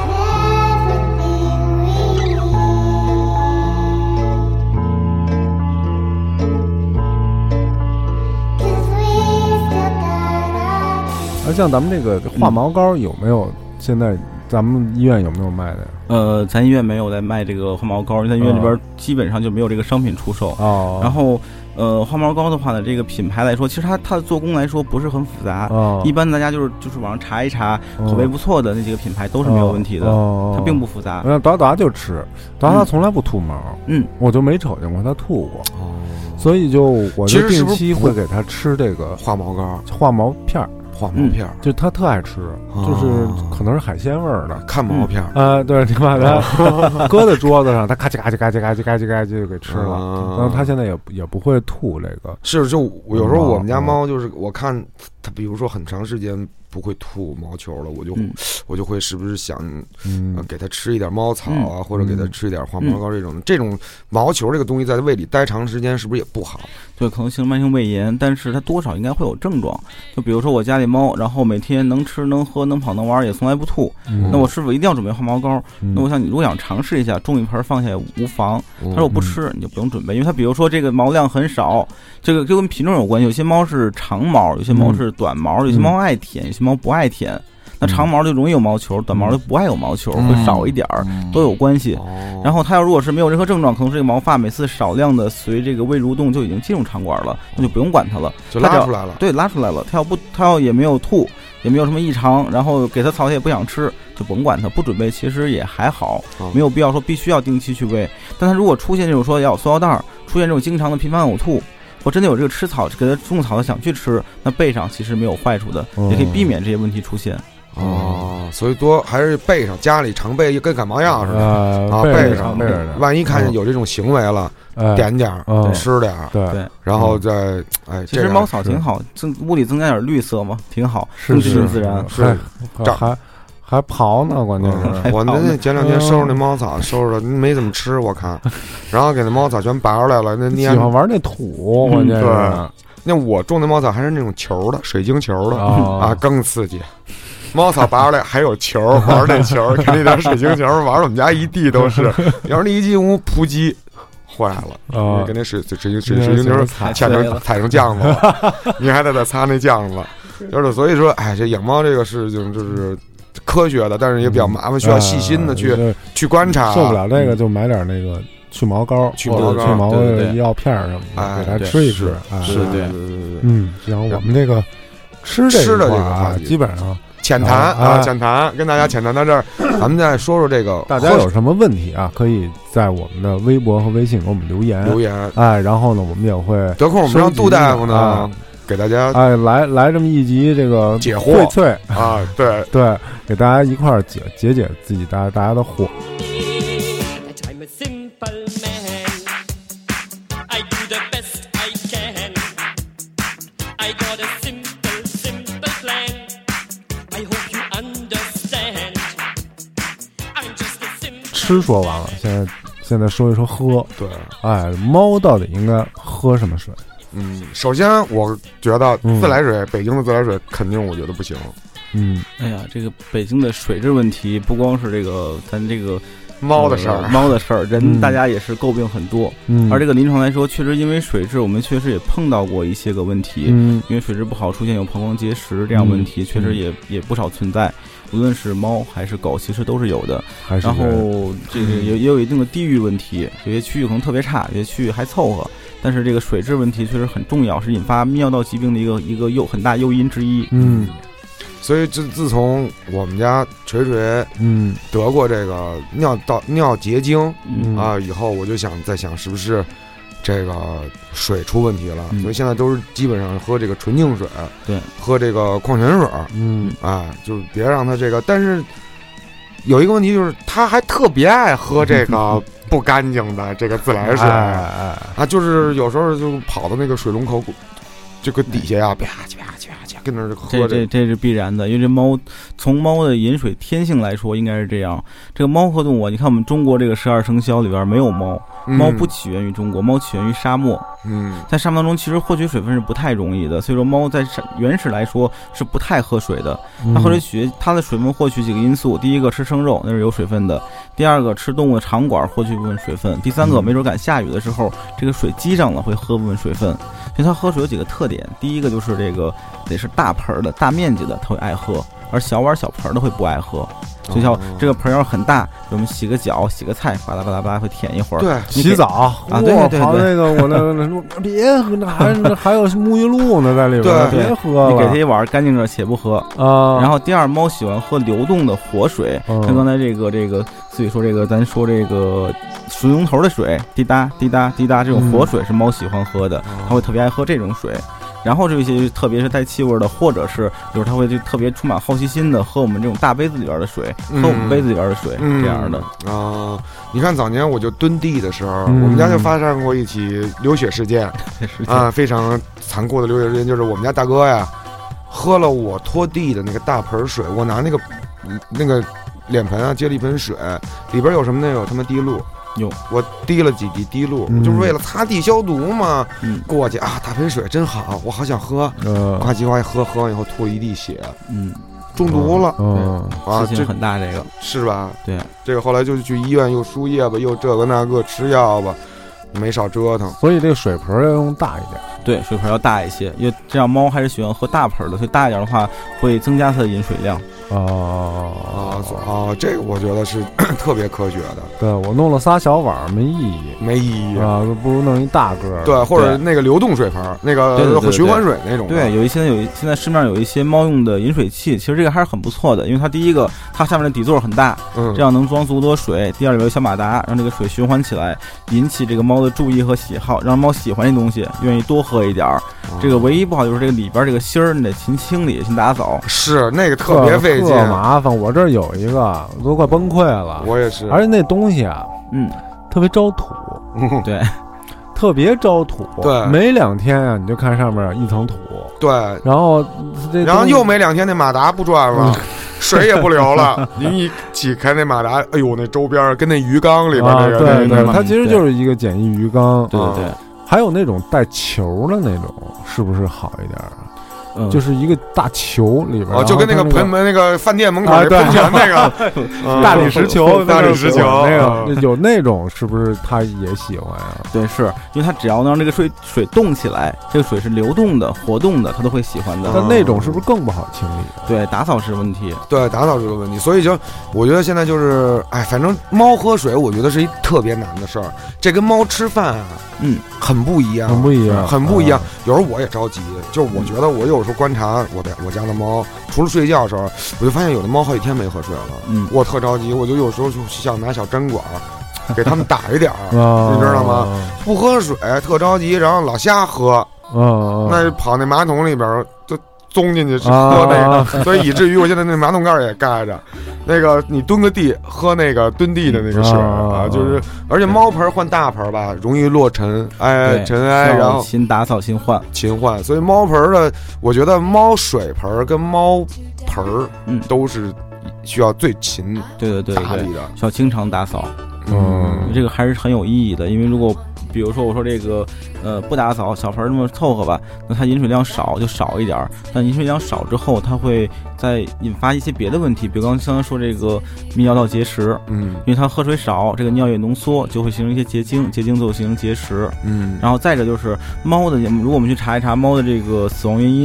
而像咱们这个化毛膏有没有？现在咱们医院有没有卖的？ 呃，咱医院没有在卖这个化毛膏，因为咱医院这边基本上就没有这个商品出售。 哦。 然后，呃，化毛膏的话呢，这个品牌来说，其实它它的做工来说不是很复杂。哦。一般大家就是就是网上查一查，口碑不错的那几个品牌都是没有问题的。哦。它并不复杂。 那达达就吃，达达从来不吐毛。 嗯。 我就没瞅见过他吐过。哦。所以就我就定期会给他吃这个化毛膏、 化毛片儿。 化毛片、 嗯，就他特爱吃，哦、就是可能是海鲜味儿的看毛片啊、 嗯呃，对，你把它搁在桌子上，他咔叽咔叽咔叽咔叽咔叽咔叽就给吃了。 嗯、 然后他现在也也不会吐这个。 是，就有时候我们家猫就是我看它，比如说很长时间不会吐毛球了，我就、嗯、我就会是不是想、 嗯呃、给它吃一点猫草啊，嗯、或者给它吃一点化毛膏这种、嗯、这种毛球这个东西在胃里待长时间是不是也不好？ 对，可能性慢性胃炎，但是它多少应该会有症状。就比如说我家里猫，然后每天能吃能喝能跑能玩，也从来不吐， 嗯、 那我是否一定要准备化毛膏？嗯、那我想你如果想尝试一下，种一盆放下也无妨。他说我不吃，你就不用准备，因为它比如说这个毛量很少，这个就跟品种有关系。有些猫是长毛，有些猫是短毛，有些猫爱舔，有些猫不爱舔。那长毛就容易有毛球，短毛就不爱有毛球，嗯、会少一点儿，嗯、都有关系。哦、然后它要如果是没有任何症状，可能是这个毛发每次少量的随这个胃蠕动就已经进入肠管了，那就不用管它了， 就拉出来了。 对，拉出来了。它要不，它要也没有吐，也没有什么异常，然后给它草它也不想吃，就甭管它，不准备其实也还好， 哦、 没有必要说必须要定期去喂。但它如果出现这种说咬塑料袋，出现这种经常的频繁呕吐。或真的有这个吃草给它种草的想去吃，那背上其实没有坏处的， 哦、 也可以避免这些问题出现。 哦，所以多还是背上，家里常备跟感冒药似的、 呃、 啊， 背上背着， 万一看见有这种行为了， 呃、 点点儿、 呃、 吃点儿， 对对， 然后再哎， 其实猫草挺好，增屋里增加点绿色嘛，挺好， 是是自然， 是还还刨呢，关键是、 嗯、我那前两天收拾那猫草，收拾的没怎么吃，我看，然后给那猫草全拔出来了，那喜欢玩那土，关键是。 对那我种的猫草还是那种球的，水晶球的、哦、啊，更刺激。猫草拔出来还有球，玩那球，给那点水晶球玩，我们家一地都是。要是那一进屋扑击，坏了， 哦、 你跟那水水水水水晶球踩成踩成酱子了，你还得再擦那酱子。就是所以说，哎，这养猫这个事情就是科学的，但是也比较麻烦，需要细心的去、嗯、去观察。 受不了这个就买点那个。去毛膏， 去毛膏， 去毛药片什么的， 哎、 给它吃一吃。 是，对对对对。 嗯，行，我们这个吃这吃的这个啊，基本上浅谈啊，浅谈，跟大家浅谈到这儿，咱们再说说这个， 大家有什么问题啊，可以在我们的微博和微信给我们留言留言。 哎，然后呢，我们也会得空我们让杜大夫呢、啊、给大家哎来来这么一集这个解惑荟萃啊，对对，给大家一块儿解解解自己大家大家的惑。吃说完了，现在现在说一说喝。 对， 哎，猫到底应该喝什么水？ 嗯，首先我觉得自来水，嗯、北京的自来水肯定我觉得不行。 嗯， 哎呀，这个北京的水质问题，不光是这个咱这个猫的事儿、呃， 猫的事儿，人大家也是诟病很多。 嗯， 而这个临床来说，确实因为水质，我们确实也碰到过一些个问题。 嗯， 因为水质不好，出现有膀胱结石这样问题， 嗯、 确实也也不少存在。 无论是猫还是狗，其实都是有的。 还是然后这个也也有一定的地域问题，有些区域可能特别差，有些区域还凑合。但是这个水质问题确实很重要，是引发泌尿道疾病的一个一个诱很大诱因之一。 嗯， 所以自自从我们家锤锤嗯得过这个尿道尿结晶、 嗯啊以后，我就想在想是不是这个水出问题了， 嗯、 所以现在都是基本上喝这个纯净水， 对， 喝这个矿泉水， 嗯啊，就别让它这个。但是有一个问题就是，他还特别爱喝这个不干净的这个自来水、 哎、 啊，就是有时候就跑到那个水龙口这个底下呀，啪叽啪叽啪叽跟那儿喝、这个。 这这这是必然的，因为这猫从猫的饮水天性来说，应该是这样。这个猫科动物，你看我们中国这个十二生肖里边没有猫。猫不起源于中国，猫起源于沙漠。嗯，在沙漠中其实获取水分是不太容易的，所以说猫在原始来说是不太喝水的。它喝水取它的水分获取几个因素：第一个吃生肉，那是有水分的；第二个吃动物的肠管获取部分水分；第三个没准赶下雨的时候，这个水积上了会喝部分水分。所以它喝水有几个特点：第一个就是这个得是大盆的、大面积的，它会爱喝；而小碗小盆的会不爱喝。所以像这个盆要是很大，我们洗个脚、洗个菜，巴拉巴拉巴拉会舔一会儿。 对，洗澡啊，对对对， 那个我那个别喝，那还还有沐浴露呢在里边， 对， 别喝了。 你给它一碗，干净着且不喝啊。 然后第二，猫喜欢喝流动的活水，像刚才这个这个，所以说这个咱说这个水龙头的水，滴答滴答滴答，这种活水是猫喜欢喝的，它会特别爱喝这种水。然后这些特别是带气味的，或者是就是它会就特别充满好奇心的喝我们这种大杯子里边的水， 嗯、 喝我们杯子里边的水、 嗯、 这样的啊、呃。你看早年我就蹲地的时候，嗯、我们家就发生过一起流血事件啊、呃，非常残酷的流血事件，就是我们家大哥呀喝了我拖地的那个大盆水，我拿那个那个脸盆啊接了一盆水，里边有什么呢？有他妈滴露。 有我滴了几滴滴露、嗯，就是为了擦地消毒嘛。嗯，过去啊，大盆水真好，我好想喝。嗯，呱唧呱唧喝，喝完以后吐了一地血。嗯，中毒了。 嗯，啊，事情很大，这个是吧？ 对， 这个后来就去医院，又输液吧，又这个那个吃药吧，没少折腾。 所以这个水盆要用大一点。 对，水盆要大一些，因为这样猫还是喜欢喝大盆的，所以大一点的话会增加它的饮水量。 哦啊啊！这个我觉得是特别科学的。 对，我弄了仨小碗没意义， 没意义啊，不如弄一大个。 对，或者那个流动水盆，那个循环水那种。 对，有一些有现在市面上有一些猫用的饮水器，其实这个还是很不错的，因为它第一个它下面的底座很大，嗯，这样能装足多水；第二里边有小马达，让这个水循环起来，引起这个猫的注意和喜好，让猫喜欢这东西，愿意多喝一点。这个唯一不好就是这个里边这个芯儿，你得勤清理、勤打扫。 是那个特别费劲， 特麻烦。我这儿有一个，我都快崩溃了。 我也是， 而且那东西啊，嗯，特别招土， 嗯、对， 特别招土。 对， 没两天啊，你就看上面一层土。 对， 然后这， 然后又没两天，那马达不转了。嗯水也不流了，你一起开那马达，哎呦，那周边跟那鱼缸里边那个， 啊、对对，它其实就是一个简易鱼缸。 对对对， 还有那种带球的那种，是不是好一点啊？嗯、就是一个大球里边， 哦，就跟那个喷门那个饭店门口那喷泉那个大理石球， 大理石球那个有那种，是不是他也喜欢呀？ 对，是因为他只要能让这个水水动起来，这个水是流动的、活动的，他都会喜欢的。 但那种是不是更不好清理？ 对，打扫是个问题。 对，打扫是个问题。所以就我觉得现在就是，哎，反正猫喝水，我觉得是一特别难的事儿。这跟猫吃饭啊，嗯，很不一样， 很不一样， 很不一样。有时候我也着急，就是我觉得我有时候观察我的我家的猫，除了睡觉的时候，我就发现有的猫好几天没喝水了，嗯，我特着急，我就有时候就想拿小针管给他们打一点儿，你知道吗？不喝水特着急，然后老瞎喝，嗯，那跑那马桶里边就钻进去喝那个，所以以至于我现在那马桶盖也盖着。那个你蹲个地喝那个蹲地的那个水啊，就是而且猫盆换大盆吧，容易落尘，哎，尘埃，然后勤打扫勤换勤换，所以猫盆的，我觉得猫水盆跟猫盆嗯都是需要最勤对对对打理的， 需要经常打扫， 嗯， 这个还是很有意义的，因为如果比如说我说这个呃不打扫小盆那么凑合吧，那它饮水量少就少一点，但饮水量少之后它会再引发一些别的问题，比如刚刚说这个泌尿道结石，嗯，因为它喝水少，这个尿液浓缩就会形成一些结晶，结晶就会形成结石，嗯，然后再者就是猫的，如果我们去查一查猫的这个死亡原因，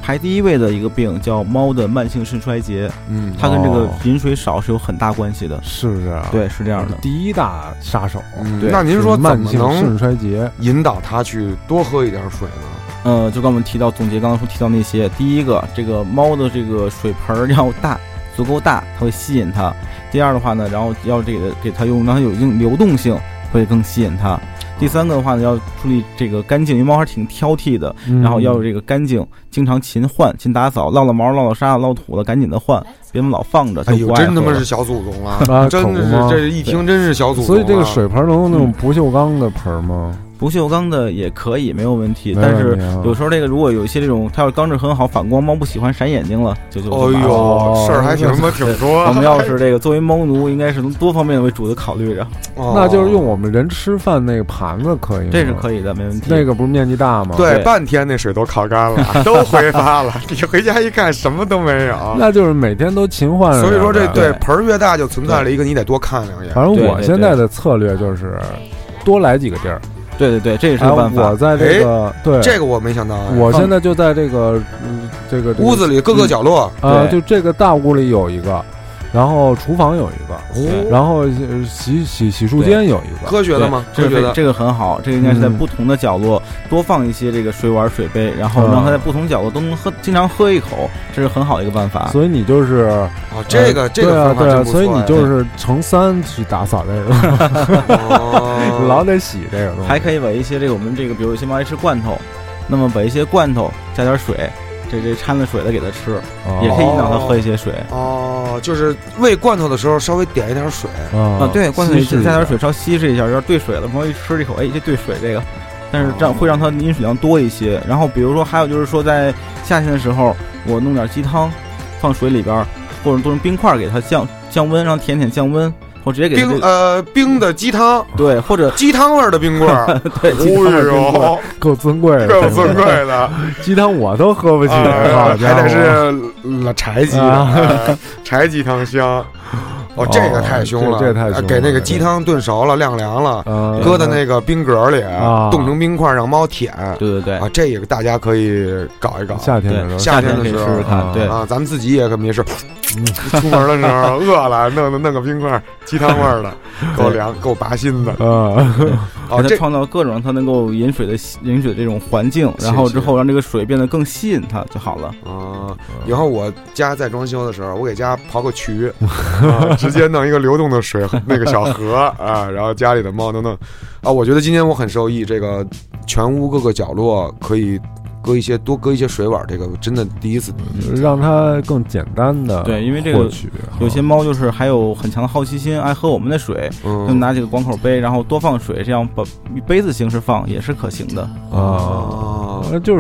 排第一位的一个病叫猫的慢性肾衰竭， 嗯， 它跟这个饮水少是有很大关系的， 是不是？ 对，是这样的， 第一大杀手。 嗯， 对， 那您说慢性肾衰竭引导他去多喝一点水呢？ 呃，就刚我们提到总结刚刚说提到那些，第一个，这个猫的这个水盆要大，足够大，它会吸引它。第二的话呢，然后要这个给它用，让它有一定流动性，会更吸引它。第三个的话呢，要注意这个干净，因为猫还挺挑剔的， 嗯、 然后要有这个干净，经常勤换、勤打扫，落了毛、落了沙、落土了，赶紧的换，别老放着。 哎呦，真他妈是小祖宗啊！ 啊真的是，这一听真是小祖宗、啊。 所以这个水盆能用那种不锈钢的盆吗？ 不锈钢的也可以，没有问题。但是有时候这个如果有一些这种，它要钢质很好，反光，猫不喜欢闪眼睛了，就就。 哎呦，事儿还挺他妈挺多。 我们要是这个作为猫奴，应该是从多方面为主的考虑着。 哦、 那就是用我们人吃饭那个盘子可以吗？ 这是可以的，没问题。 那个不是面积大吗？ 对，半天那水都烤干了，都挥发了。你回家一看，什么都没有。 那就是每天都勤换。 所以说这对盆越大，就存在了一个你得多看两眼。 反正我现在的策略就是多来几个地儿。 对对对，这也是个办法。 啊、我在这个、哎、对这个我没想到、哎， 我现在就在这个、嗯、这个屋子里各个角落啊、呃，就这个大屋里有一个，然后厨房有一个， 哦、 然后洗洗洗漱间有一个。 科学的吗？ 这个这个很好，这个应该是在不同的角落多放一些这个水碗、水杯，然后让它在不同角落都能喝，经常喝一口，这是很好的一个办法。 所以你就是啊、哦，这个、呃、这个方法真不错。 所以你就是乘三去打扫这个，哦、老得洗这个东西。 还可以把一些这个我们这个，比如有些猫爱吃罐头，那么把一些罐头加点水。这这掺了水的给它吃，哦、也可以引导它喝一些水。 哦，就是喂罐头的时候稍微点一点水啊，对，罐头里加点水，稍稀释一下，要是兑水了，猫一吃一口，哎，这兑水这个，但是这样会让它饮水量多一些。然后比如说还有就是说，在夏天的时候，我弄点鸡汤放水里边，或者做成冰块给它降降温，让舔舔降温。我直接给冰呃冰的鸡汤， 对，或者鸡汤味儿的冰棍儿， 对，鸡汤味儿冰棍儿够尊贵的， 够尊贵的鸡汤我都喝不起， 啊、还得是柴鸡的、啊、柴鸡汤香。哦，这个太凶了， 哦、这, 这太凶了， 给那个鸡汤炖熟了、晾凉了，嗯、搁在那个冰格里， 啊、 冻成冰块，让猫舔。 对对对， 啊，这个大家可以搞一搞。 夏天的时候， 夏天的时候试试看。对啊，咱们自己也可没事。嗯，出门的时候饿了，弄弄个冰块，鸡汤味儿的，够凉，够拔心的。 啊， 给它创造各种让它能够饮水的饮水的这种环境，然后之后让这个水变得更吸引它就好了。 啊，以后我家在装修的时候，我给家刨个渠。啊，直接弄一个流动的水那个小河啊，然后家里的猫能弄啊。我觉得今天我很受益，这个全屋各个角落可以搁一些多搁一些水碗，这个真的第一次让它更简单的对，因为这个有些猫就是还有很强的好奇心，爱喝我们的水，嗯，就拿几个广口杯，然后多放水，这样把杯子形式放也是可行的啊，就是。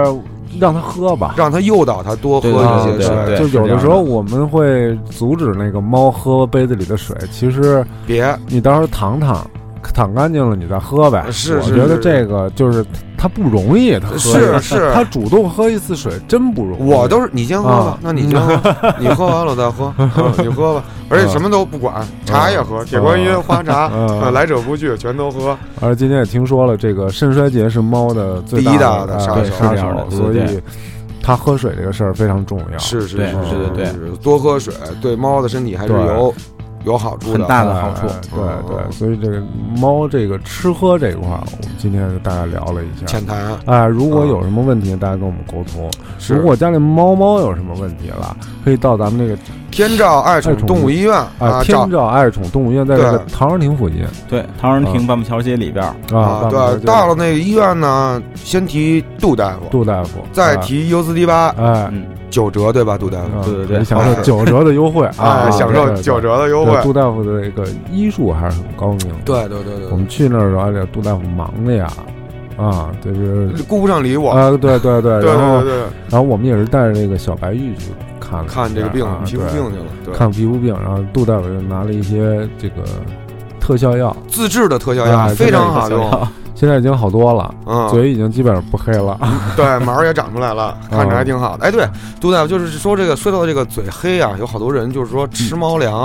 让他喝吧， 让他诱导他多喝一些水。 对对对就有的时候我们会阻止那个猫喝杯子里的水，其实别， 你到时候躺躺，躺干净了你再喝呗。 是， 我觉得这个就是他不容易，他喝是是， 他主动喝一次水真不容易。 我都是你先喝吧，啊、那你先喝，你喝完了我再喝，嗯、你喝吧。而且什么都不管，茶也喝，铁观音、花茶，呃，来者不拒，全都喝。 而今天也听说了，这个肾衰竭是猫的最大的杀手， 杀手，所以它喝水这个事儿非常重要。 是是是是对， 多喝水对猫的身体还是有有好处的， 很大的好处。 对对，所以这个猫这个吃喝这一块，我们今天大概聊了一下浅谈。 哎，如果有什么问题，大家跟我们沟通。如果家里猫猫有什么问题了，可以到咱们这个天照爱宠动物医院啊，天照爱宠动物医院在这个唐人亭附近。 对，唐人亭半步桥街里边啊。对，到了那个医院呢，先提杜大夫， 杜大夫， 再提优斯迪巴， 哎。 九折对吧，杜大夫？ 对对对， 享受九折的优惠啊！ 享受九折的优惠。 杜大夫的这个医术还是很高明的。 对对对对， 我们去那儿的时候，这杜大夫忙的呀，啊，就是顾不上理我啊。对对对， 然后然后我们也是带着这个小白玉去看看这个病，皮肤病去了， 看皮肤病。然后杜大夫就拿了一些这个特效药， 自制的特效药，非常好用。 现在已经好多了，嗯，嘴已经基本上不黑了， 对，毛也长出来了，看着还挺好的。哎，对，杜大夫就是说这个说到这个嘴黑啊，有好多人就是说吃猫粮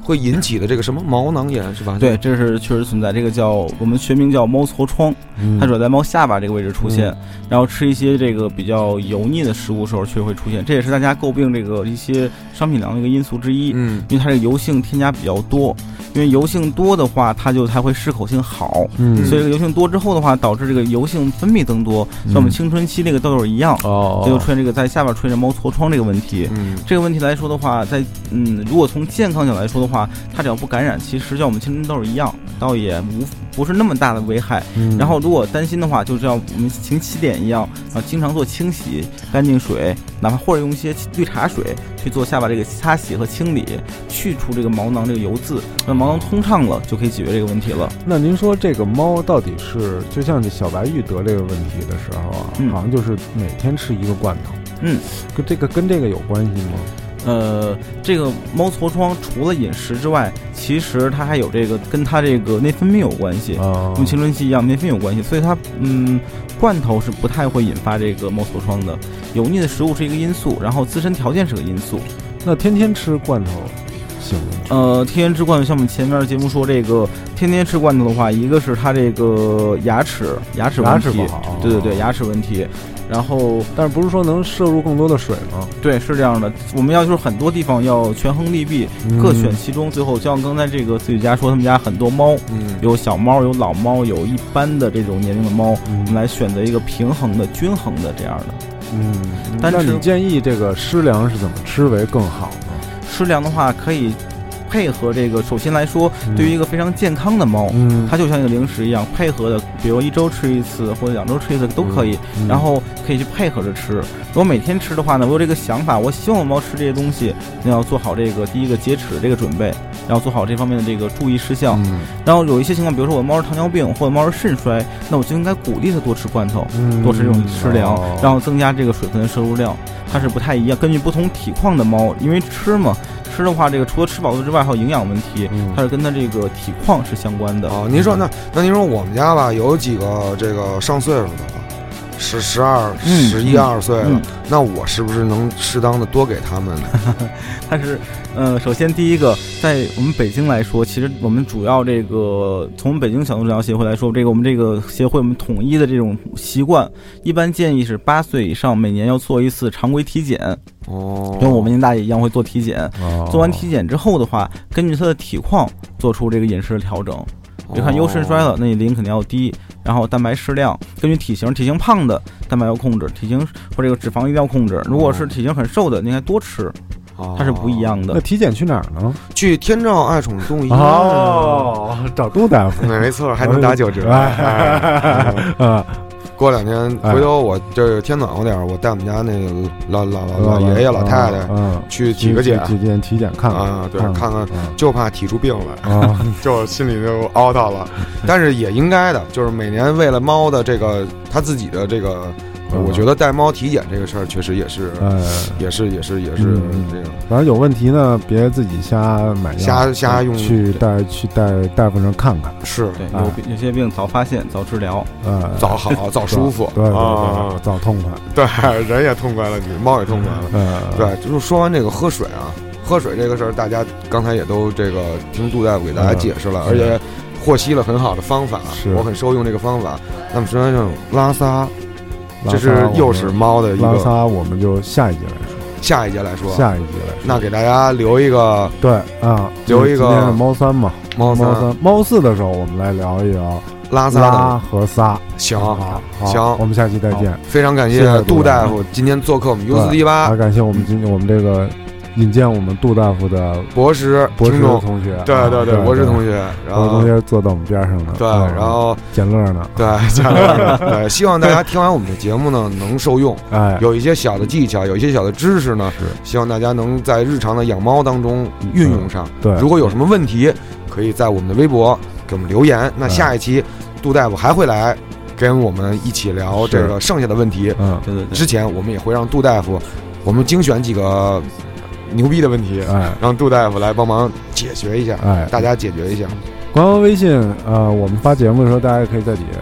会引起的这个什么毛囊炎是吧？ 对，这是确实存在，这个叫我们学名叫猫痤疮， 嗯、 它主要在猫下巴这个位置出现， 嗯、 然后吃一些这个比较油腻的食物时候确实会出现，这也是大家诟病这个一些商品粮的一个因素之一， 嗯， 因为它这个油性添加比较多，因为油性多的话，它就才会适口性好， 嗯， 所以这个油性多之后的话，导致这个油性分泌增多， 嗯、 像我们青春期这个痘痘一样， 哦， 就出现这个在下巴出现猫痤疮这个问题， 嗯， 这个问题来说的话，在嗯，如果从健康角度来说的话，它只要不感染，其实像我们青春痘一样，倒也无不是那么大的危害。 嗯、 然后如果担心的话，就是要我们行起点一样，啊，经常做清洗，干净水，哪怕或者用一些绿茶水去做下巴这个擦洗和清理，去除这个毛囊这个油渍，让毛囊通畅了，就可以解决这个问题了。 那您说这个猫到底是就像这小白玉得这个问题的时候啊， 嗯、 好像就是每天吃一个罐头， 嗯， 跟这个跟这个有关系吗？ 呃，这个猫痤疮除了饮食之外，其实它还有这个跟它这个内分泌有关系， 哦、 跟青春期一样，内分泌有关系，所以它嗯，罐头是不太会引发这个猫痤疮的。油腻的食物是一个因素，然后自身条件是个因素。 那天天吃罐头行吗？ 呃，天天吃罐头，像我们前面的节目说，这个天天吃罐头的话，一个是它这个牙齿牙齿问题， 牙齿不好， 对对对，牙齿问题。然后， 但是不是说能摄入更多的水吗？ 对，是这样的。我们要就是很多地方要权衡利弊， 嗯、 各选其中。最后，就像刚才这个自己家说，他们家很多猫， 嗯， 有小猫，有老猫，有一般的这种年龄的猫， 嗯、 我们来选择一个平衡的、均衡的这样的。 嗯， 但是那你建议这个湿粮是怎么吃为更好呢？ 湿粮的话，可以配合这个，首先来说， 嗯、 对于一个非常健康的猫， 嗯， 它就像一个零食一样，配合的，比如一周吃一次或者两周吃一次都可以， 嗯、 然后可以去配合着吃。如果每天吃的话呢，我有这个想法，我希望我猫吃这些东西，那要做好这个第一个洁齿这个准备，然后做好这方面的这个注意事项。 嗯、 然后有一些情况，比如说我的猫是糖尿病或者猫是肾衰，那我就应该鼓励它多吃罐头， 嗯、 多吃这种湿粮， 哦、 然后增加这个水分的摄入量。它是不太一样，根据不同体况的猫，因为吃嘛。吃的话，这个除了吃饱了之外，还有营养问题， 嗯、 它是跟它这个体况是相关的。 哦，您说那那您说我们家吧，有几个这个上岁数的了，十十二、十一二岁了， 嗯、 那我是不是能适当的多给他们呢？ 但是，呃，首先第一个，在我们北京来说，其实我们主要这个从我们北京小动物治疗协会来说，这个我们这个协会我们统一的这种习惯，一般建议是八岁以上每年要做一次常规体检。 哦， 跟我们年大爷一样会做体检。 哦、 做完体检之后的话，根据他的体况做出这个饮食的调整。别看优肾衰了，那你磷肯定要低，然后蛋白适量，根据体型，体型胖的蛋白要控制，体型或者这个脂肪一定要控制。如果是体型很瘦的，你应该多吃，它是不一样的。 那体检去哪儿呢？ 去天照爱宠动物医院哦，找杜大夫， 没错，还能打九折。 啊。 过两天回头我这天暖和点，我带我们家那个老老老老爷爷老太太去体个检， 体检体检看看啊，对，看看，就怕体出病来啊，就心里就凹到了。但是也应该的，就是每年为了猫的这个他自己的这个。我觉得带猫体检这个事儿确实也是，呃，也是也是也是这个。 反正有问题呢，别自己瞎买药， 瞎瞎用， 去带去带大夫那看看。 是， 对，有有些病早发现早治疗， 呃，早好早舒服， 对对对，早痛快， 对，人也痛快了，你猫也痛快了， 嗯， 对，就是说完这个喝水啊，喝水这个事儿，大家刚才也都这个听杜大夫给大家解释了，而且获悉了很好的方法，我很受用这个方法。那么实际上拉撒。这是又是猫的一个拉撒，我们就下一节来说。 下一节来说， 下一节来说， 那给大家留一个对啊， 留一个今天是猫三嘛， 猫三、猫四的时候，我们来聊一聊拉撒拉和撒。 行， 好， 行， 我们下期再见。 非常感谢杜大夫今天做客我们 U 四 D 八， 还感谢我们今天我们这个。引荐我们杜大夫的博士博士同学， 对对对，博士同学，然后博士同学坐在我们边上呢， 对，然后捡乐呢， 对，捡乐呢，对，希望大家听完我们的节目呢能受用， 哎， 有一些小的技巧，有一些小的知识呢， 是希望大家能在日常的养猫当中运用上。 对， 如果有什么问题，可以在我们的微博给我们留言。那下一期杜大夫还会来跟我们一起聊这个剩下的问题。 嗯， 对对对。 之前我们也会让杜大夫，我们精选几个。牛逼的问题， 哎， 让杜大夫来帮忙解决一下， 哎， 大家解决一下。 官方微信，呃，我们发节目的时候，大家可以在底下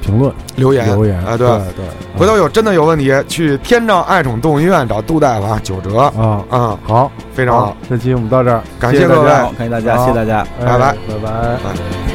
评论留言留言， 哎，对对对， 回头有真的有问题，去天照爱宠动物医院找杜大夫啊，九折啊啊， 好， 非常好。 这期我们到这儿， 感谢各位， 感谢大家，谢谢大家， 拜拜， 拜拜。 拜。